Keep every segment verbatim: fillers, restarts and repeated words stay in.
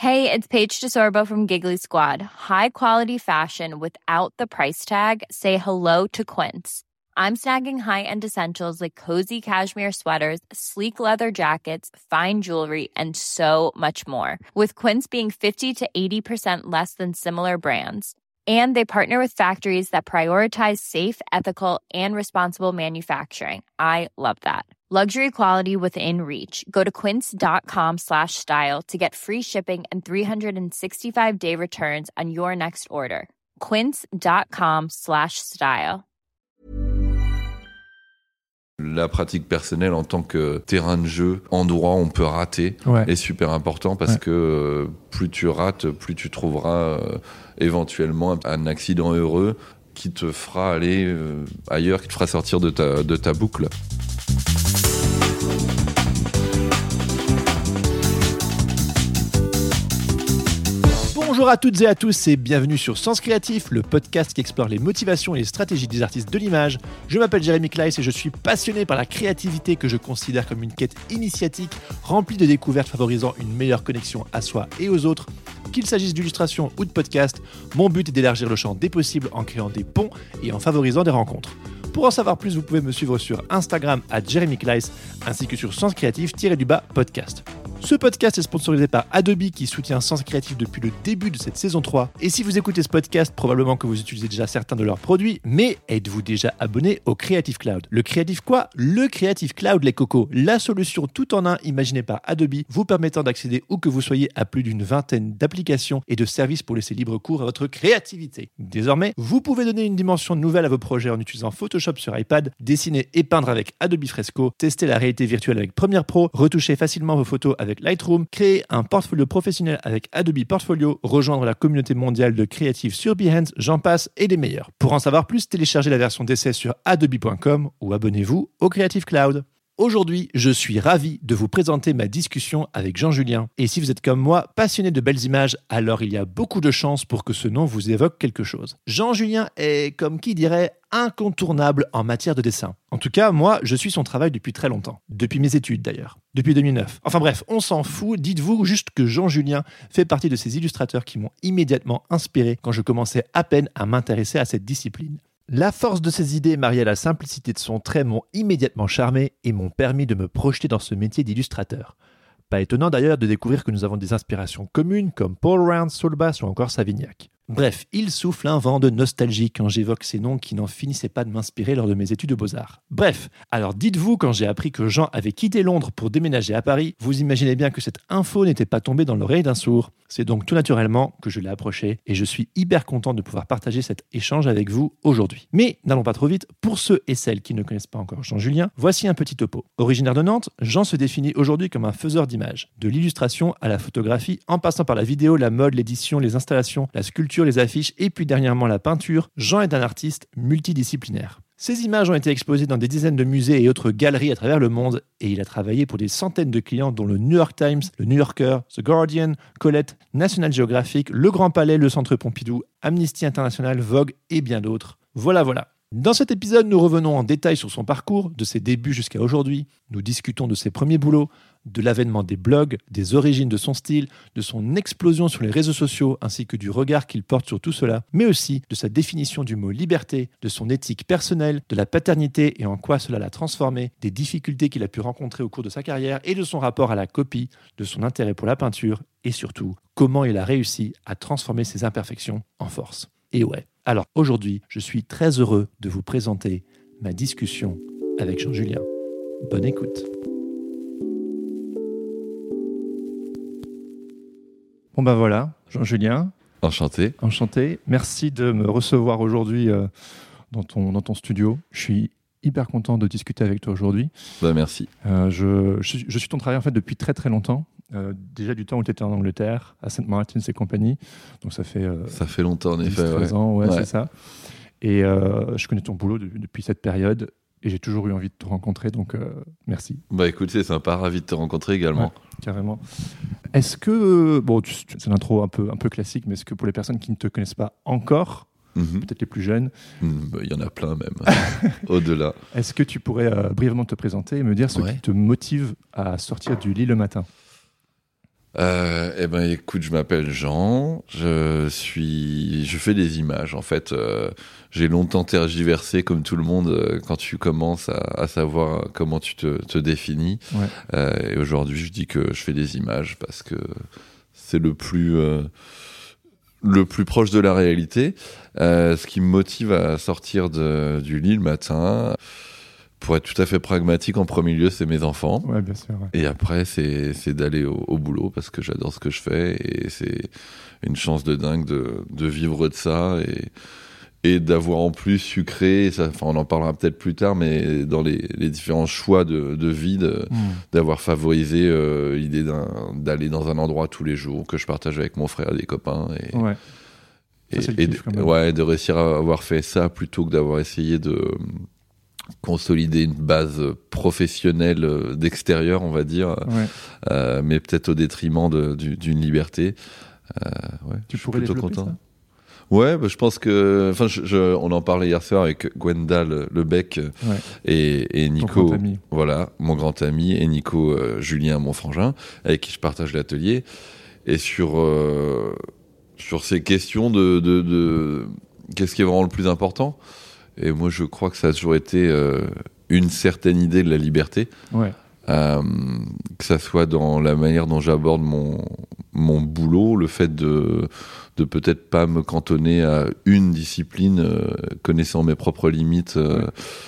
Hey, it's Paige DeSorbo from Giggly Squad. High quality fashion without the price tag. Say hello to Quince. I'm snagging high-end essentials like cozy cashmere sweaters, sleek leather jackets, fine jewelry, and so much more. With Quince being fifty to eighty percent less than similar brands. And they partner with factories that prioritize safe, ethical, and responsible manufacturing. I love that. Luxury quality within reach. Go to quince.com slash style to get free shipping and three sixty-five day returns on your next order. Quince.com slash style. La pratique personnelle en tant que terrain de jeu, endroit où on peut rater, ouais. est super important parce ouais. que euh, plus tu rates, plus tu trouveras euh, éventuellement un accident heureux qui te fera aller euh, ailleurs, qui te fera sortir de ta, de ta boucle. Bonjour à toutes et à tous et bienvenue sur Sens Créatif, le podcast qui explore les motivations et les stratégies des artistes de l'image. Je m'appelle Jérémy Kleiss et je suis passionné par la créativité que je considère comme une quête initiatique remplie de découvertes favorisant une meilleure connexion à soi et aux autres. Qu'il s'agisse d'illustration ou de podcast, mon but est d'élargir le champ des possibles en créant des ponts et en favorisant des rencontres. Pour en savoir plus, vous pouvez me suivre sur Instagram à Jérémy Kleiss ainsi que sur Sens Créatif-du-bas podcast. Ce podcast est sponsorisé par Adobe qui soutient Sens Créatif depuis le début de cette saison trois. Et si vous écoutez ce podcast, probablement que vous utilisez déjà certains de leurs produits, mais êtes-vous déjà abonné au Creative Cloud ? Le Creative quoi ? Le Creative Cloud, les cocos, la solution tout en un imaginée par Adobe, vous permettant d'accéder où que vous soyez à plus d'une vingtaine d'applications et de services pour laisser libre cours à votre créativité. Désormais, vous pouvez donner une dimension nouvelle à vos projets en utilisant Photoshop sur iPad, dessiner et peindre avec Adobe Fresco, tester la réalité virtuelle avec Premiere Pro, retoucher facilement vos photos avec Lightroom, créer un portfolio professionnel avec Adobe Portfolio, rejoindre la communauté mondiale de créatifs sur Behance, j'en passe et les meilleurs. Pour en savoir plus, téléchargez la version d'essai sur adobe point com ou abonnez-vous au Creative Cloud. Aujourd'hui, je suis ravi de vous présenter ma discussion avec Jean Julien. Et si vous êtes comme moi, passionné de belles images, alors il y a beaucoup de chances pour que ce nom vous évoque quelque chose. Jean Julien est, comme qui dirait, incontournable en matière de dessin. En tout cas, moi, je suis son travail depuis très longtemps. Depuis mes études, d'ailleurs. Depuis deux mille neuf. Enfin bref, on s'en fout. Dites-vous juste que Jean Julien fait partie de ces illustrateurs qui m'ont immédiatement inspiré quand je commençais à peine à m'intéresser à cette discipline. La force de ses idées mariée à la simplicité de son trait m'ont immédiatement charmé et m'ont permis de me projeter dans ce métier d'illustrateur. Pas étonnant d'ailleurs de découvrir que nous avons des inspirations communes comme Paul Round, Saul Bass ou encore Savignac. Bref, il souffle un vent de nostalgie quand j'évoque ces noms qui n'en finissaient pas de m'inspirer lors de mes études de beaux-arts. Bref, alors dites-vous, quand j'ai appris que Jean avait quitté Londres pour déménager à Paris, vous imaginez bien que cette info n'était pas tombée dans l'oreille d'un sourd. C'est donc tout naturellement que je l'ai approché et je suis hyper content de pouvoir partager cet échange avec vous aujourd'hui. Mais n'allons pas trop vite, pour ceux et celles qui ne connaissent pas encore Jean Julien, voici un petit topo. Originaire de Nantes, Jean se définit aujourd'hui comme un faiseur d'images, de l'illustration à la photographie, en passant par la vidéo, la mode, l'édition, les installations, la sculpture, les affiches et puis dernièrement la peinture. Jean est un artiste multidisciplinaire. Ces images ont été exposées dans des dizaines de musées et autres galeries à travers le monde et il a travaillé pour des centaines de clients dont le New York Times, le New Yorker, The Guardian, Colette, National Geographic, Le Grand Palais, le Centre Pompidou, Amnesty International, Vogue et bien d'autres. Voilà, voilà. Dans cet épisode, nous revenons en détail sur son parcours, de ses débuts jusqu'à aujourd'hui. Nous discutons de ses premiers boulots, de l'avènement des blogs, des origines de son style, de son explosion sur les réseaux sociaux ainsi que du regard qu'il porte sur tout cela, mais aussi de sa définition du mot liberté, de son éthique personnelle, de la paternité et en quoi cela l'a transformé, des difficultés qu'il a pu rencontrer au cours de sa carrière et de son rapport à la copie, de son intérêt pour la peinture et surtout, comment il a réussi à transformer ses imperfections en force. Et ouais. Alors aujourd'hui, je suis très heureux de vous présenter ma discussion avec Jean Julien. Bonne écoute. Bon ben voilà, Jean Julien. Enchanté. Enchanté. Merci de me recevoir aujourd'hui euh, dans, ton, dans ton studio. Je suis hyper content de discuter avec toi aujourd'hui. Bah, merci. Euh, je, je, je suis ton travail en fait depuis très très longtemps. Euh, déjà du temps où tu étais en Angleterre, à Saint Martin's et compagnie. Donc ça fait... Euh, ça fait longtemps en dix, effet. treize ouais. ans, ouais, ouais. c'est ça. Et euh, je connais ton boulot de, depuis cette période et j'ai toujours eu envie de te rencontrer, donc euh, merci. Bah écoute, c'est sympa, ravi de te rencontrer également. Ouais, carrément. Est-ce que, bon, tu, c'est l'intro un peu, un peu classique, mais est-ce que pour les personnes qui ne te connaissent pas encore, mm-hmm. peut-être les plus jeunes, il mmh, bah, y en a plein même, au-delà. Est-ce que tu pourrais euh, brièvement te présenter et me dire ce ouais. qui te motive à sortir du lit le matin ? Euh, eh ben, écoute, je m'appelle Jean. Je suis, je fais des images. En fait, euh, j'ai longtemps tergiversé, comme tout le monde, euh, quand tu commences à, à savoir comment tu te, te définis. Ouais. Euh, et aujourd'hui, je dis que je fais des images parce que c'est le plus, euh, le plus proche de la réalité. Euh, ce qui me motive à sortir de, du lit le matin. Pour être tout à fait pragmatique, en premier lieu, c'est mes enfants. Ouais, bien sûr. Ouais. Et après, c'est, c'est d'aller au, au boulot parce que j'adore ce que je fais et c'est une chance de dingue de, de vivre de ça et, et d'avoir en plus su créer, ça, enfin, on en parlera peut-être plus tard, mais dans les, les différents choix de, de vie, de, mmh. d'avoir favorisé euh, l'idée d'un, d'aller dans un endroit tous les jours que je partage avec mon frère et des copains. Et, ouais. et, ça, et de, ouais, de réussir à avoir fait ça plutôt que d'avoir essayé de consolider une base professionnelle d'extérieur, on va dire, ouais. euh, mais peut-être au détriment de, du, d'une liberté. Euh, ouais, tu je pourrais suis plutôt développer content. Ça ouais, bah, je pense que, enfin, je, je, on en parlait hier soir avec Gwenda Lebec ouais. et, et Nico, mon grand ami. Voilà, mon grand ami, et Nico euh, Julien, mon frangin, avec qui je partage l'atelier, et sur euh, sur ces questions de, de, de qu'est-ce qui est vraiment le plus important. Et moi, je crois que ça a toujours été euh, une certaine idée de la liberté. Ouais. Euh, que ça soit dans la manière dont j'aborde mon, mon boulot, le fait de, de peut-être pas me cantonner à une discipline, euh, connaissant mes propres limites euh, ouais.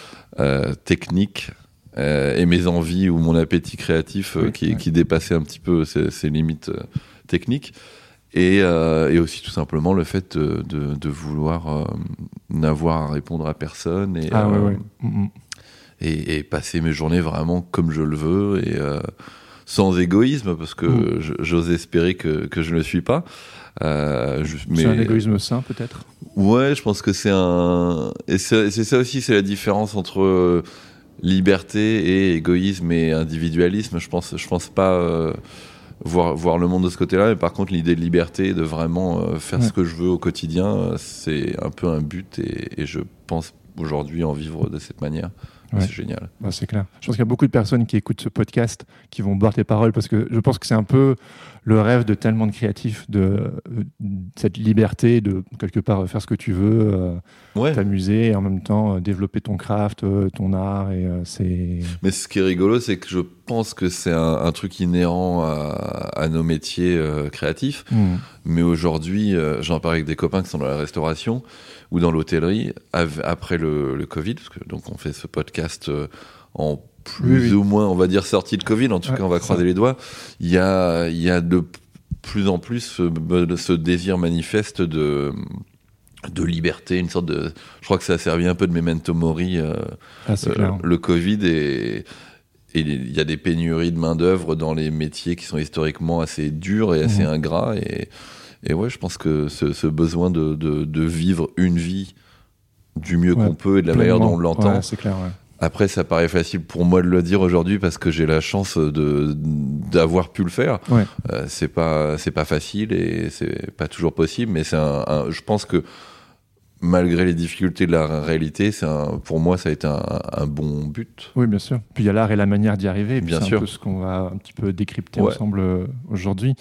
euh, techniques euh, et mes envies ou mon appétit créatif euh, oui, qui, ouais. qui dépassait un petit peu ces, ces limites euh, techniques. Et, euh, et aussi tout simplement le fait de, de, de vouloir euh, n'avoir à répondre à personne et, ah, euh, ouais, ouais. Mm-hmm. et, et passer mes journées vraiment comme je le veux et euh, sans égoïsme parce que mm. j'ose espérer que, que je ne le suis pas. Euh, je, c'est mais, un égoïsme sain peut-être. Ouais, je pense que c'est un... Et c'est, c'est ça aussi, c'est la différence entre liberté et égoïsme et individualisme. Je pense, je pense pas... Euh, Voir, voir le monde de ce côté-là, mais par contre l'idée de liberté, de vraiment euh, faire ouais. ce que je veux au quotidien, euh, c'est un peu un but et, et je pense aujourd'hui en vivre de cette manière. Ouais. C'est génial. Ouais, c'est clair. Je pense qu'il y a beaucoup de personnes qui écoutent ce podcast qui vont boire tes paroles parce que je pense que c'est un peu le rêve de tellement de créatifs, de, de cette liberté de quelque part faire ce que tu veux, euh, ouais. t'amuser et en même temps euh, développer ton craft, euh, ton art. Et, euh, c'est... Mais ce qui est rigolo, c'est que je pense que c'est un, un truc inhérent à, à nos métiers euh, créatifs. Mmh. Mais aujourd'hui, euh, j'en parle avec des copains qui sont dans la restauration ou dans l'hôtellerie av- après le, le Covid, parce que donc on fait ce podcast euh, en plus oui, oui. ou moins, on va dire, sorti de Covid, en tout ouais, cas on va croiser ça. Les doigts. Il y a, il y a de plus en plus ce, ce désir manifeste de, de liberté, une sorte de... Je crois que ça a servi un peu de memento mori, euh, ah, euh, le Covid, et et il y a des pénuries de main-d'œuvre dans les métiers qui sont historiquement assez durs et assez mmh. ingrats, et Et ouais, je pense que ce, ce besoin de, de, de vivre une vie du mieux ouais, qu'on peut et de la manière dont on l'entend. Ouais, c'est clair, ouais. Après, ça paraît facile pour moi de le dire aujourd'hui parce que j'ai la chance de, d'avoir pu le faire. Ouais. Euh, c'est pas, c'est pas facile et c'est pas toujours possible, mais c'est un, un, je pense que malgré les difficultés de la réalité, c'est un, pour moi, ça a été un, un bon but. Oui, bien sûr. Puis il y a l'art et la manière d'y arriver. Et puis bien c'est sûr. un peu ce qu'on va un petit peu décrypter ouais. ensemble aujourd'hui.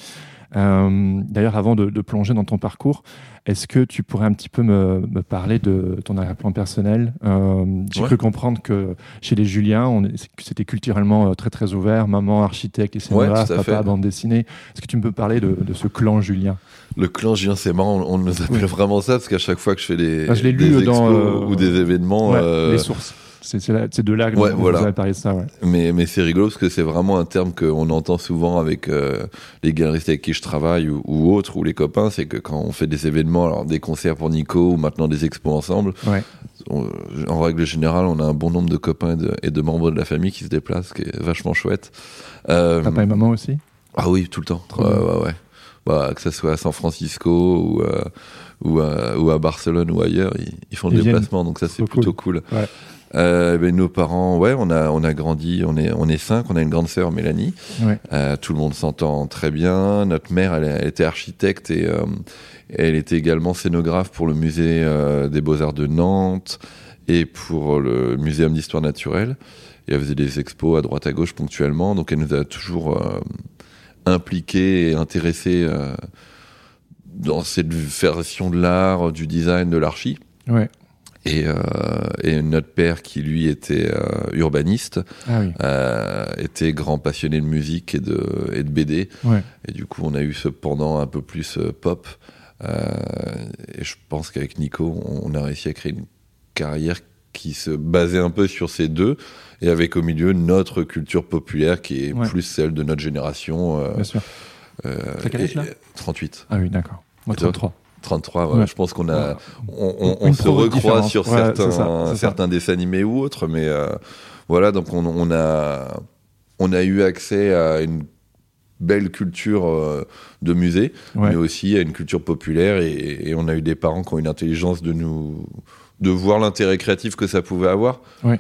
Euh, d'ailleurs, avant de, de plonger dans ton parcours, est-ce que tu pourrais un petit peu me, me parler de ton arrière-plan personnel ? euh, J'ai ouais. cru comprendre que chez les Julien, on est, c'était culturellement très très ouvert, maman architecte et scénographe, ouais, papa bande dessinée. Est-ce que tu peux me parler de, de ce clan Julien ? Le clan Julien, c'est marrant, on, on nous appelle oui. vraiment ça parce qu'à chaque fois que je fais des, ah, je l'ai des lu expos dans, euh, ou des événements... Ouais, euh, les sources. C'est, c'est, là, c'est de là que ouais, vous, voilà. vous avez parlé de ça. Ouais. Mais, mais c'est rigolo parce que c'est vraiment un terme qu'on entend souvent avec euh, les galeristes avec qui je travaille ou, ou autres, ou les copains, c'est que quand on fait des événements, alors des concerts pour Nico ou maintenant des expos ensemble, ouais. on, en règle générale, on a un bon nombre de copains et de, et de membres de la famille qui se déplacent, ce qui est vachement chouette. Euh, Papa et maman aussi ? Ah oui, tout le temps. Ouais, ouais, ouais. Bah, que ça soit à San Francisco ou, euh, ou, à, ou à Barcelone ou ailleurs, ils, ils font le ils déplacement, viennent. Donc ça c'est plutôt cool. cool. Ouais. Euh, ben, nos parents, ouais, on a on a grandi, on est on est cinq, on a une grande sœur Mélanie. Ouais. Euh, tout le monde s'entend très bien. Notre mère, elle, elle était architecte et euh, elle était également scénographe pour le musée euh, des Beaux-Arts de Nantes et pour le Muséum d'Histoire naturelle. Et elle faisait des expos à droite à gauche ponctuellement, donc elle nous a toujours euh, impliqué et intéressé euh, dans cette version de l'art, du design, de l'archi. Ouais. Et, euh, et notre père, qui lui était euh, urbaniste, ah oui. euh, était grand passionné de musique et de, et de B D. Ouais. Et du coup, on a eu ce pendant un peu plus euh, pop. Euh, et je pense qu'avec Nico, on a réussi à créer une carrière qui se basait un peu sur ces deux, et avec au milieu notre culture populaire qui est ouais. plus celle de notre génération. Euh, Bien sûr. Euh, T'as quel âge là ? trente-huit. Ah oui, d'accord. Moi, trente-trois. trente-trois, ouais. Ouais. Je pense qu'on a, ouais. on, on, on se recroise sur ouais, certains, c'est ça, c'est certains dessins animés ou autres, mais euh, voilà, donc on, on a, on a eu accès à une belle culture euh, de musée, ouais. mais aussi à une culture populaire, et, et on a eu des parents qui ont une intelligence de nous, de voir l'intérêt créatif que ça pouvait avoir, ouais.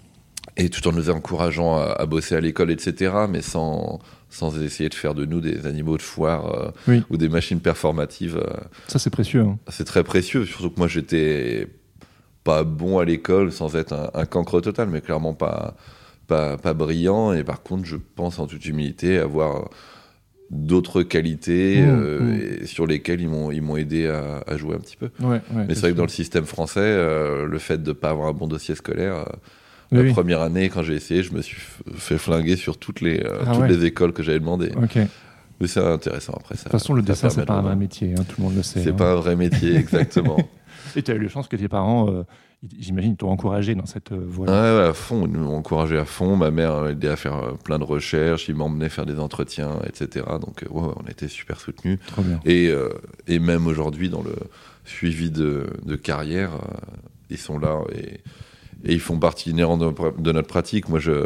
et tout en nous encourageant à, à bosser à l'école, et cetera, mais sans sans essayer de faire de nous des animaux de foire euh, oui. ou des machines performatives. Euh, ça, c'est précieux. Hein. C'est très précieux, surtout que moi, j'étais pas bon à l'école, sans être un, un cancre total, mais clairement pas, pas, pas brillant. Et par contre, je pense en toute humilité avoir d'autres qualités mmh, euh, mmh. Et sur lesquelles ils m'ont, ils m'ont aidé à, à jouer un petit peu. Ouais, ouais, mais c'est vrai que dans le système français, euh, le fait de ne pas avoir un bon dossier scolaire... Euh, Oui, la oui. première année, quand j'ai essayé, je me suis f- fait flinguer sur toutes les, euh, ah toutes ouais. les écoles que j'avais demandées. Okay. Mais c'est intéressant après. De toute façon, le dessin, c'est pas un vrai métier, hein, tout le monde le sait. C'est hein. pas un vrai métier, exactement. Et tu as eu la chance que tes parents, euh, j'imagine, t'ont encouragé dans cette euh, voie-là. Ouais, ouais, à fond, ils m'ont encouragé à fond. Ma mère m'a aidé à faire euh, plein de recherches, ils m'emmenaient faire des entretiens, et cetera. Donc, euh, ouais, on était super soutenus. Trop bien. Et, euh, et même aujourd'hui, dans le suivi de, de carrière, euh, ils sont là et... Et ils font partie inhérente de, de notre pratique. Moi, je,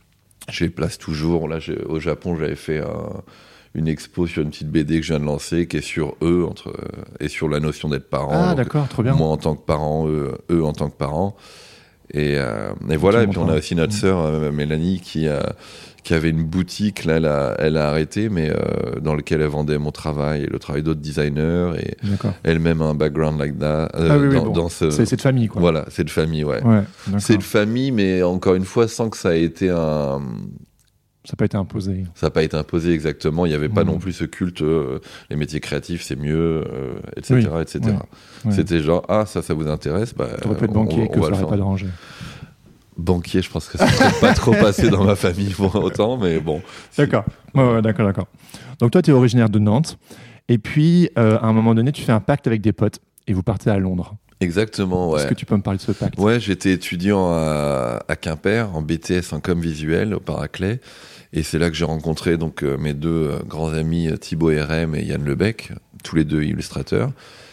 je les place toujours. Là, j'ai, au Japon, j'avais fait un, une expo sur une petite B D que je viens de lancer, qui est sur eux entre, et sur la notion d'être parent. Ah, donc, d'accord, trop bien. Moi en tant que parent, eux, eux en tant que parents. Et, euh, et voilà. Et puis, on a aussi notre sœur, euh, Mélanie, qui a... qui avait une boutique, là, elle a, elle a arrêté, mais euh, dans laquelle elle vendait mon travail et le travail d'autres designers, et d'accord. Elle-même a un background like that. Euh, ah oui, oui, dans, bon. dans ce... c'est, c'est de famille, quoi. Voilà, c'est de famille, ouais. ouais c'est de famille, mais encore une fois, sans que ça ait été un... Ça n'a pas été imposé. Ça n'a pas été imposé, exactement. Il n'y avait pas mmh. non plus ce culte, euh, les métiers créatifs, c'est mieux, euh, et cetera, oui. et cetera. Ouais. C'était ouais. genre, ah, ça, ça vous intéresse, bah, tu aurais pu être banquier, on, que on ça n'aurait pas dérangé. Banquier, je pense que ça ne serait pas trop passé dans ma famille pour autant, mais bon. D'accord, ouais, ouais, d'accord, d'accord. Donc toi, tu es originaire de Nantes, et puis euh, à un moment donné, tu fais un pacte avec des potes, et vous partez à Londres. Exactement, ouais. Est-ce que tu peux me parler de ce pacte ? Ouais, j'étais étudiant à, à Quimper, en B T S en com visuel, au Paraclet, et c'est là que j'ai rencontré donc, euh, mes deux euh, grands amis, Thibaut R M et Yann Lebec, tous les deux illustrateurs.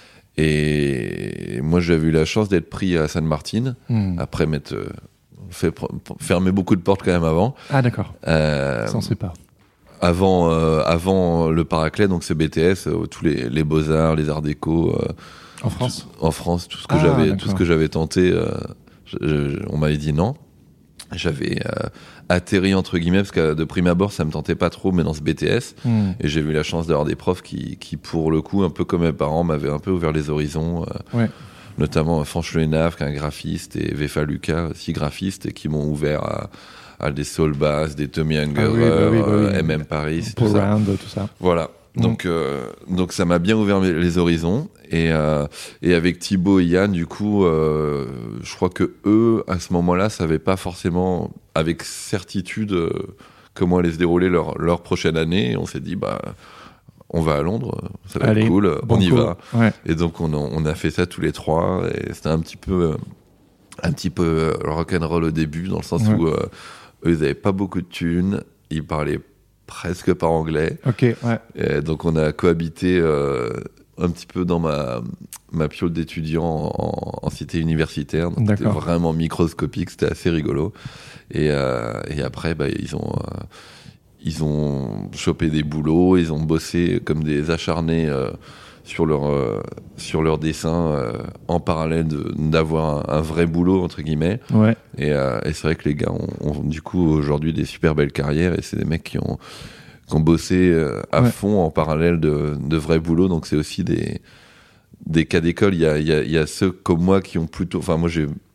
Et moi, j'avais eu la chance d'être pris à Sainte-Martine, mmh. après m'être... Euh, fait fermer beaucoup de portes quand même avant. Ah d'accord. Euh, Ça on sait pas. Avant, euh, avant le Paraclet, donc c'est B T S, euh, tous les, les beaux-arts, les arts déco. Euh, en France. Tout, en France, tout ce que ah, j'avais, d'accord. tout ce que j'avais tenté, euh, je, je, on m'avait dit non. J'avais euh, atterri entre guillemets parce que de prime abord ça me tentait pas trop, mais dans ce B T S, mmh. et j'ai eu la chance d'avoir des profs qui, qui pour le coup, un peu comme mes parents, m'avaient un peu ouvert les horizons. Euh, ouais. Notamment Franche Lenaf, qui est un graphiste, et Vefa Lucas, aussi graphiste, et qui m'ont ouvert à, à des Saul Bass, des Tommy Ungerer, ah oui, bah oui, bah oui. euh, M M Paris, tout ça. Round, tout ça. Voilà. Mmh. Donc, euh, donc ça m'a bien ouvert les horizons. Et, euh, et avec Thibaut et Yann, du coup, euh, je crois que eux, à ce moment-là, savaient pas forcément, avec certitude, euh, comment allait se dérouler leur, leur prochaine année. Et on s'est dit, bah... on va à Londres, ça va Allez, être cool, on y va. Ouais. Et donc on a, on a fait ça tous les trois, et c'était un petit peu, un petit peu rock'n'roll au début, dans le sens ouais. où euh, eux ils n'avaient pas beaucoup de thunes, ils parlaient presque pas anglais. Ok, ouais. Et donc on a cohabité euh, un petit peu dans ma, ma piole d'étudiant en, en cité universitaire, donc c'était vraiment microscopique, c'était assez rigolo. Et, euh, et après, bah, ils ont... Euh, Ils ont chopé des boulots, ils ont bossé comme des acharnés euh, sur leur euh, sur leur dessin euh, en parallèle de, d'avoir un, un vrai boulot entre guillemets. Ouais. Et, euh, et c'est vrai que les gars ont, ont du coup aujourd'hui des super belles carrières, et c'est des mecs qui ont qui ont bossé euh, à ouais. fond en parallèle de, de vrais boulots. Donc c'est aussi des des cas d'école. Il y a il y a il y a ceux comme moi qui ont plutôt. Enfin moi j'ai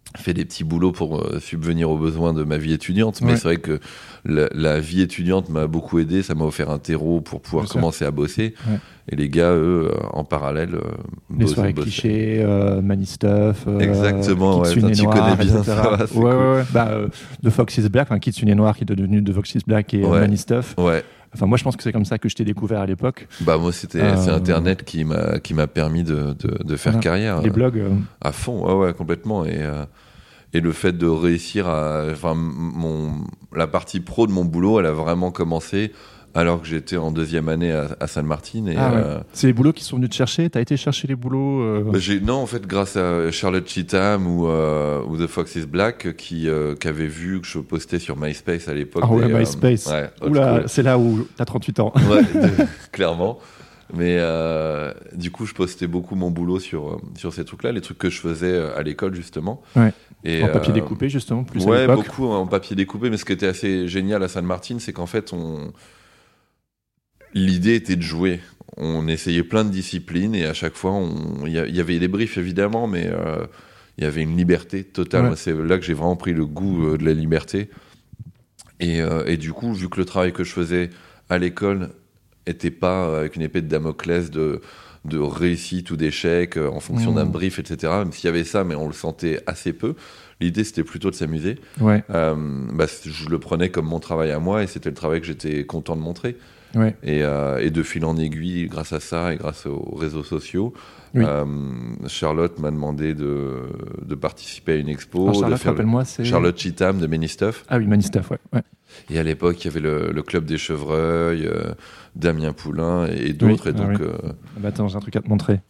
fait des petits boulots pour euh, subvenir aux besoins de ma vie étudiante, mais ouais. c'est vrai que la, la vie étudiante m'a beaucoup aidé, ça m'a offert un terreau pour pouvoir Bien commencer sûr. à bosser. Ouais. Et les gars, eux, en parallèle, euh, les bossaient, soirées bossaient. clichés, euh, Money Stuff, euh, exactement, ouais, Kitsune tu Noir, connais bien et cetera. ça. Ouais, cool. ouais, ouais. Bah, euh, The Fox is Black, enfin, Kitsune Noir qui est devenu The Fox is Black et ouais. Money Stuff. Ouais. Enfin, moi, je pense que c'est comme ça que je t'ai découvert à l'époque. Bah, moi, c'était, euh, c'est Internet qui m'a, qui m'a permis de, de, de faire voilà. carrière. Les blogs. Euh... À fond, ouais, ouais, complètement. Et, euh, et le fait de réussir à. Enfin, mon, la partie pro de mon boulot, elle a vraiment commencé alors que j'étais en deuxième année à, à Sainte-Martine. Et, ah, ouais. euh, c'est les boulots qui sont venus te chercher? T'as été chercher les boulots euh... bah, j'ai, Non, en fait, grâce à Charlotte Cheatham ou, euh, ou The Fox is Black qui, euh, qui avait vu que je postais sur MySpace à l'époque. Ah ouais, des, MySpace. Euh, ouais, Oula, c'est là où t'as trente-huit ans. Ouais, de, clairement. Mais euh, du coup, je postais beaucoup mon boulot sur, sur ces trucs-là, les trucs que je faisais à l'école, justement. Ouais. Et, en papier euh, découpé, justement, plus ouais, à l'époque. beaucoup en papier découpé. Mais ce qui était assez génial à Sainte-Martine, c'est qu'en fait, on... l'idée était de jouer. On essayait plein de disciplines et à chaque fois, on... il y avait des briefs, évidemment, mais euh, il y avait une liberté totale. Ouais. Moi, c'est là que j'ai vraiment pris le goût de la liberté. Et, euh, et du coup, vu que le travail que je faisais à l'école était pas avec une épée de Damoclès de, de réussite ou d'échec euh, en fonction mmh. d'un brief, et cetera. Même s'il y avait ça, mais on le sentait assez peu. L'idée, c'était plutôt de s'amuser. Ouais. Euh, bah, je le prenais comme mon travail à moi et c'était le travail que j'étais content de montrer. Ouais. Et, euh, et de fil en aiguille, grâce à ça et grâce aux réseaux sociaux, oui. euh, Charlotte m'a demandé de, de participer à une expo. Alors Charlotte, de faire rappelle-moi, c'est... Charlotte Cheatham de Money Stuff. Ah oui, Money Stuff, ouais. ouais. Et à l'époque, il y avait le, le Club des Chevreuils, euh, Damien Poulain et, et d'autres. Oui, et donc, ah oui. euh... bah attends, j'ai un truc à te montrer.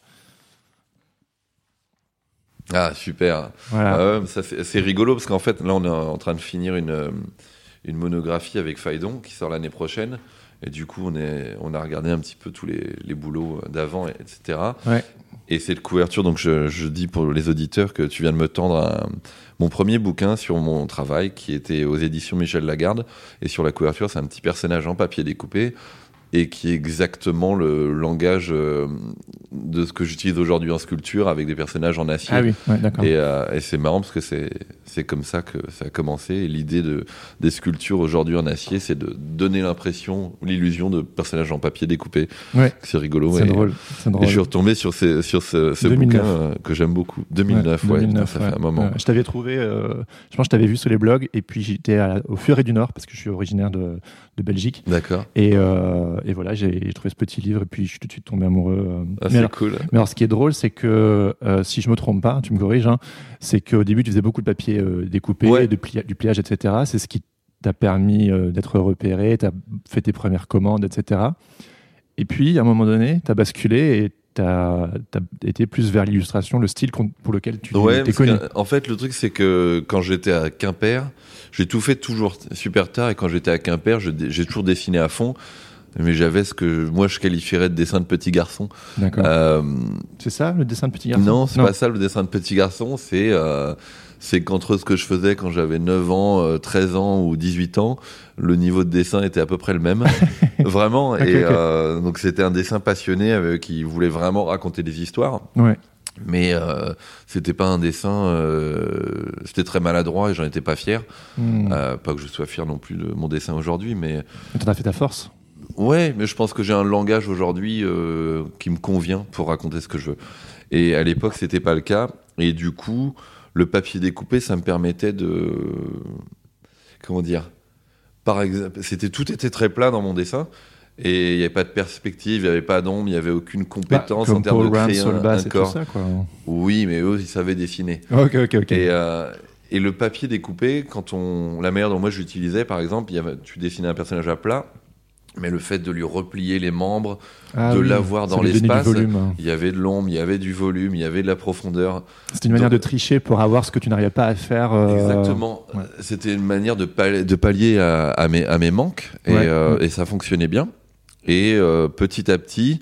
Ah, super. Voilà. Ah ouais, ça, c'est, c'est rigolo parce qu'en fait, là, on est en train de finir une, une monographie avec Faidon qui sort l'année prochaine. Et du coup, on, est, on a regardé un petit peu tous les, les boulots d'avant, et cetera. Ouais. Et c'est de couverture, donc je, je dis pour les auditeurs que tu viens de me tendre un, mon premier bouquin sur mon travail qui était aux éditions Michel Lagarde. Et sur la couverture, c'est un petit personnage en papier découpé et qui est exactement le langage euh, de ce que j'utilise aujourd'hui en sculpture avec des personnages en acier. Ah oui, ouais, d'accord. Et, euh, et c'est marrant parce que c'est, c'est comme ça que ça a commencé. Et l'idée de, des sculptures aujourd'hui en acier, c'est de donner l'impression, l'illusion de personnages en papier découpé. Ouais. C'est rigolo. C'est et, drôle. C'est drôle. Et je suis retombé sur, ces, sur ce, ce bouquin euh, que j'aime beaucoup. deux mille neuf, ouais, ouais, deux mille neuf ça ouais. fait un moment. Euh, je t'avais trouvé, euh, je pense que je t'avais vu sur les blogs, et puis j'étais à, au Furet du Nord, parce que je suis originaire de, de Belgique. D'accord. Et, euh, et voilà, j'ai, j'ai trouvé ce petit livre, et puis je suis tout de suite tombé amoureux. Euh. Ah, mais c'est alors, cool. Mais alors, ce qui est drôle, c'est que, euh, si je me trompe pas, tu me corriges, hein, c'est qu'au début, tu faisais beaucoup de papier euh, découpé, ouais. de plia- du pliage, et cetera. C'est ce qui t'a permis euh, d'être repéré, t'as fait tes premières commandes, et cetera. Et puis, à un moment donné, t'as basculé et t'as, t'as été plus vers l'illustration, le style pour lequel tu ouais, t'es connu. En fait, le truc, c'est que quand j'étais à Quimper, j'ai tout fait toujours super tard, et quand j'étais à Quimper, je, j'ai toujours dessiné à fond. Mais j'avais ce que moi je qualifierais de dessin de petit garçon. D'accord. Euh, c'est ça, le dessin de petit garçon? Non, c'est non. pas ça le dessin de petit garçon. C'est, euh, c'est qu'entre ce que je faisais quand j'avais neuf ans, euh, treize ans ou dix-huit ans, le niveau de dessin était à peu près le même. Vraiment. Okay, et okay. Euh, donc c'était un dessin passionné avec, qui voulait vraiment raconter des histoires. Ouais. Mais euh, c'était pas un dessin, euh, c'était très maladroit et j'en étais pas fier. Mmh. Euh, pas que je sois fier non plus de mon dessin aujourd'hui, mais. Mais t'en as fait ta force. Ouais, mais je pense que j'ai un langage aujourd'hui euh, qui me convient pour raconter ce que je veux. Et à l'époque, c'était pas le cas. Et du coup, le papier découpé, ça me permettait de, comment dire, par exemple, c'était tout était très plat dans mon dessin. Et il n'y avait pas de perspective, il n'y avait pas d'ombre, il n'y avait aucune compétence bah, en termes Paul de créer Rand, un, Solbass un corps. Et tout ça, quoi. Oui, mais eux, ils savaient dessiner. Ok, ok, ok. Et, euh, et le papier découpé, quand on, la manière dont moi je l'utilisais, par exemple, il y avait, tu dessinais un personnage à plat, mais le fait de lui replier les membres, ah, de oui. l'avoir dans ça l'espace, volume, hein. Il y avait de l'ombre, il y avait du volume, il y avait de la profondeur. C'était une manière Donc, de tricher pour avoir ce que tu n'arrivais pas à faire. Euh... Exactement. Ouais. C'était une manière de, pallier, de pallier à, à, mes, à mes manques, et, ouais, euh, ouais. et ça fonctionnait bien. Et euh, petit à petit,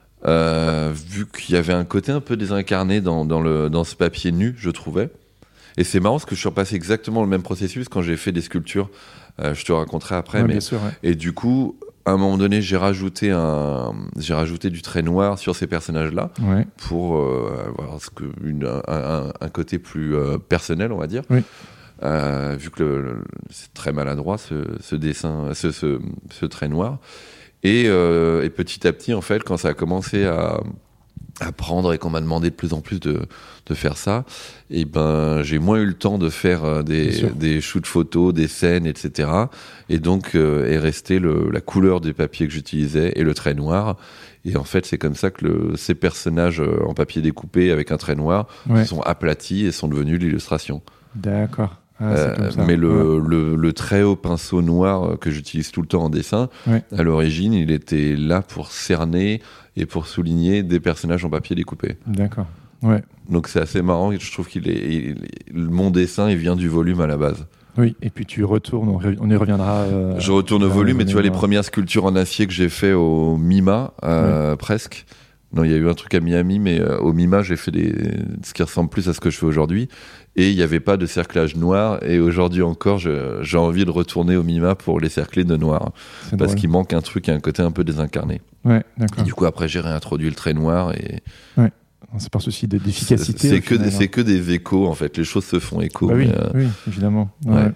euh, vu qu'il y avait un côté un peu désincarné dans, dans, le, dans ce papier nu, je trouvais. Et c'est marrant parce que je suis repassé exactement le même processus quand j'ai fait des sculptures. Euh, je te raconterai après. Ouais, mais... bien sûr, ouais. Et du coup, à un moment donné, j'ai rajouté un, j'ai rajouté du trait noir sur ces personnages-là ouais. pour euh, avoir ce que, une, un, un, un côté plus euh, personnel, on va dire. Oui. Euh, vu que le, le, c'est très maladroit ce, ce dessin, ce, ce, ce trait noir. Et, euh, et petit à petit, en fait, quand ça a commencé à, à prendre et qu'on m'a demandé de plus en plus de, de faire ça, et ben j'ai moins eu le temps de faire euh, des, des shoots photos, des scènes, et cetera. Et donc euh, est resté le, la couleur du papier que j'utilisais et le trait noir. Et en fait, c'est comme ça que le, ces personnages euh, en papier découpé avec un trait noir ouais. sont aplatis et sont devenus l'illustration. D'accord. Ah, euh, mais le, ouais. le, le trait au pinceau noir que j'utilise tout le temps en dessin, ouais. à l'origine, il était là pour cerner et pour souligner des personnages en papier découpé. D'accord. Ouais. Donc c'est assez marrant. Je trouve qu'il est, il, mon dessin, il vient du volume à la base. Oui, et puis tu retournes, on y reviendra. Euh, je retourne au volume, mais tu vois les premières sculptures en acier que j'ai fait au MIMA, euh, oui. presque. Non, il y a eu un truc à Miami, mais euh, au MIMA, j'ai fait des... ce qui ressemble plus à ce que je fais aujourd'hui. Et il n'y avait pas de cerclage noir. Et aujourd'hui encore, je, j'ai envie de retourner au MIMA pour les cercler de noir. C'est parce drôle. Qu'il manque un truc, un côté un peu désincarné. Ouais, d'accord. Et du coup, après, j'ai réintroduit le trait noir. Et... Ouais. C'est par souci d'efficacité. C'est, c'est, que, c'est que des échos, en fait. Les choses se font écho. Bah oui, mais, euh... oui, évidemment. Ouais. Ouais.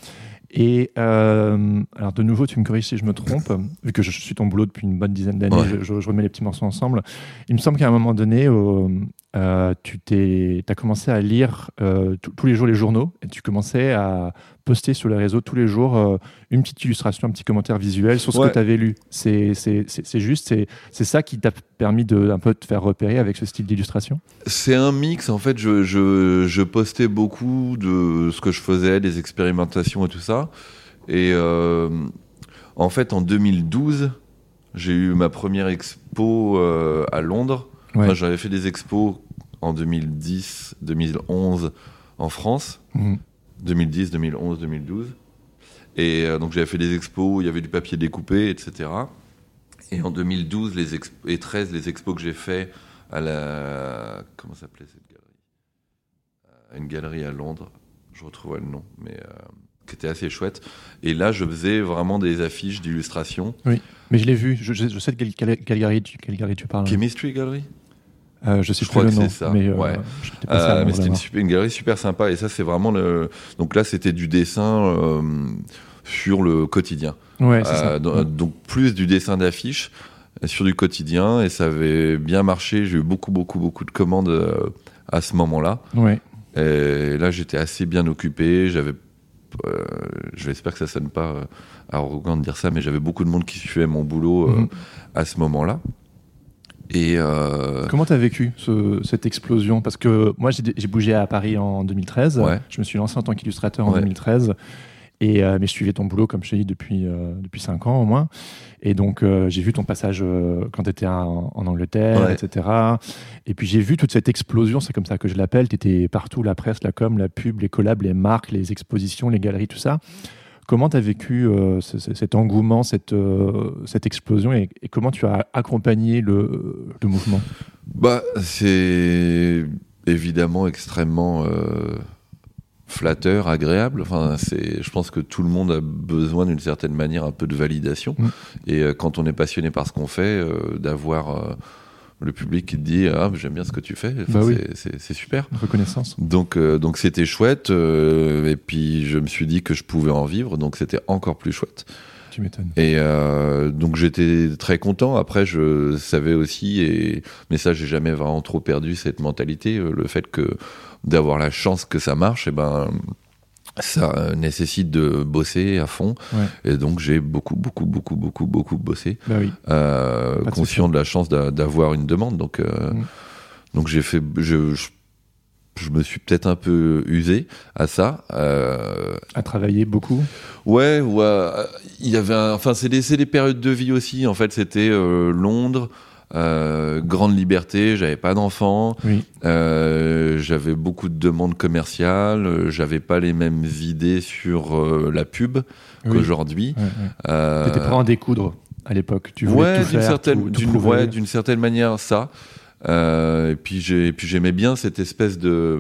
Et euh, alors de nouveau, tu me corriges si je me trompe, vu que je suis ton boulot depuis une bonne dizaine d'années, ouais. je, je, je remets les petits morceaux ensemble. Il me semble qu'à un moment donné, euh, euh, tu t'es, t'as commencé à lire euh, t- tous les jours les journaux et tu commençais à poster sur les réseaux tous les jours euh, une petite illustration, un petit commentaire visuel sur ce ouais. que tu avais lu. C'est, c'est, c'est, c'est juste, c'est, c'est ça qui t'a permis de un peu te faire repérer avec ce style d'illustration ? C'est un mix, en fait. Je, je, je postais beaucoup de ce que je faisais, des expérimentations et tout ça. Et euh, en fait, en deux mille douze, j'ai eu ma première expo euh, à Londres. Ouais. Enfin, j'avais fait des expos en deux mille dix, deux mille onze en France. Mmh. deux mille dix, deux mille onze, deux mille douze. Et euh, donc j'avais fait des expos où il y avait du papier découpé, et cetera. Et en deux mille douze les exp- et treize, les expos que j'ai fait à la... Comment s'appelait cette galerie ? Une galerie à Londres. Je retrouverai le nom, mais... Euh... qui était assez chouette. Et là, je faisais vraiment des affiches d'illustration. Oui, mais je l'ai vu. Je, je, je sais de quelle, quelle, quelle, galerie tu, quelle galerie tu parles. Chemistry Gallery euh, Je sais je plus crois le que nom. C'est ça. Mais, euh, ouais. euh, mais c'était une, super, une galerie super sympa. Et ça, c'est vraiment le... Donc là, c'était du dessin euh, sur le quotidien. Ouais, c'est euh, ça. Donc, ouais. donc plus du dessin d'affiches sur du quotidien. Et ça avait bien marché. J'ai eu beaucoup, beaucoup, beaucoup de commandes euh, à ce moment-là. Ouais. Et là, j'étais assez bien occupé. J'avais Euh, j'espère que ça sonne pas euh, arrogant de dire ça, mais j'avais beaucoup de monde qui suivait mon boulot euh, mmh. à ce moment-là. Et euh... comment t'as vécu ce, cette explosion ? Parce que moi, j'ai, j'ai bougé à Paris en deux mille treize. Ouais. Je me suis lancé en tant qu'illustrateur en ouais. deux mille treize. Et, euh, mais je suivais ton boulot, comme je t'ai dit, depuis, euh, depuis cinq ans au moins. Et donc, euh, j'ai vu ton passage euh, quand tu étais en, en Angleterre, ouais. et cetera. Et puis, j'ai vu toute cette explosion, c'est comme ça que je l'appelle. Tu étais partout, la presse, la com, la pub, les collabs, les marques, les expositions, les galeries, tout ça. Comment tu as vécu euh, ce, cet engouement, cette, euh, cette explosion et, et comment tu as accompagné le, le mouvement ? Bah, c'est évidemment extrêmement... Euh... flatteur, agréable. Enfin, c'est, je pense que tout le monde a besoin d'une certaine manière un peu de validation. Mmh. Et euh, quand on est passionné par ce qu'on fait, euh, d'avoir euh, le public qui te dit ah j'aime bien ce que tu fais, enfin, bah oui. c'est, c'est, c'est super. Reconnaissance. Donc euh, donc c'était chouette. Euh, et puis je me suis dit que je pouvais en vivre, donc c'était encore plus chouette. Tu m'étonnes. Et euh, donc j'étais très content. Après, je savais aussi, et mais ça j'ai jamais vraiment trop perdu cette mentalité, le fait que d'avoir la chance que ça marche, et ben ça nécessite de bosser à fond. Ouais. Et donc j'ai beaucoup beaucoup beaucoup beaucoup beaucoup bossé, bah oui. euh, conscient de, de la chance d'a, d'avoir une demande. Donc euh, mmh. donc j'ai fait je, je je me suis peut-être un peu usé à ça. Euh... À travailler beaucoup. Ouais, ouais. Il y avait, un... enfin, c'est des, c'est des périodes de vie aussi. En fait, c'était euh, Londres, euh, grande liberté. J'avais pas d'enfants. Oui. Euh, j'avais beaucoup de demandes commerciales. J'avais pas les mêmes idées sur euh, la pub oui. qu'aujourd'hui. Ouais, ouais. Euh... T'étais prêt à découdre à l'époque. Tu voulais ouais, tout faire, d'une certaine, tout, d'une, tout ouais, d'une certaine manière, ça. Euh, et puis j'ai, et puis j'aimais bien cette espèce de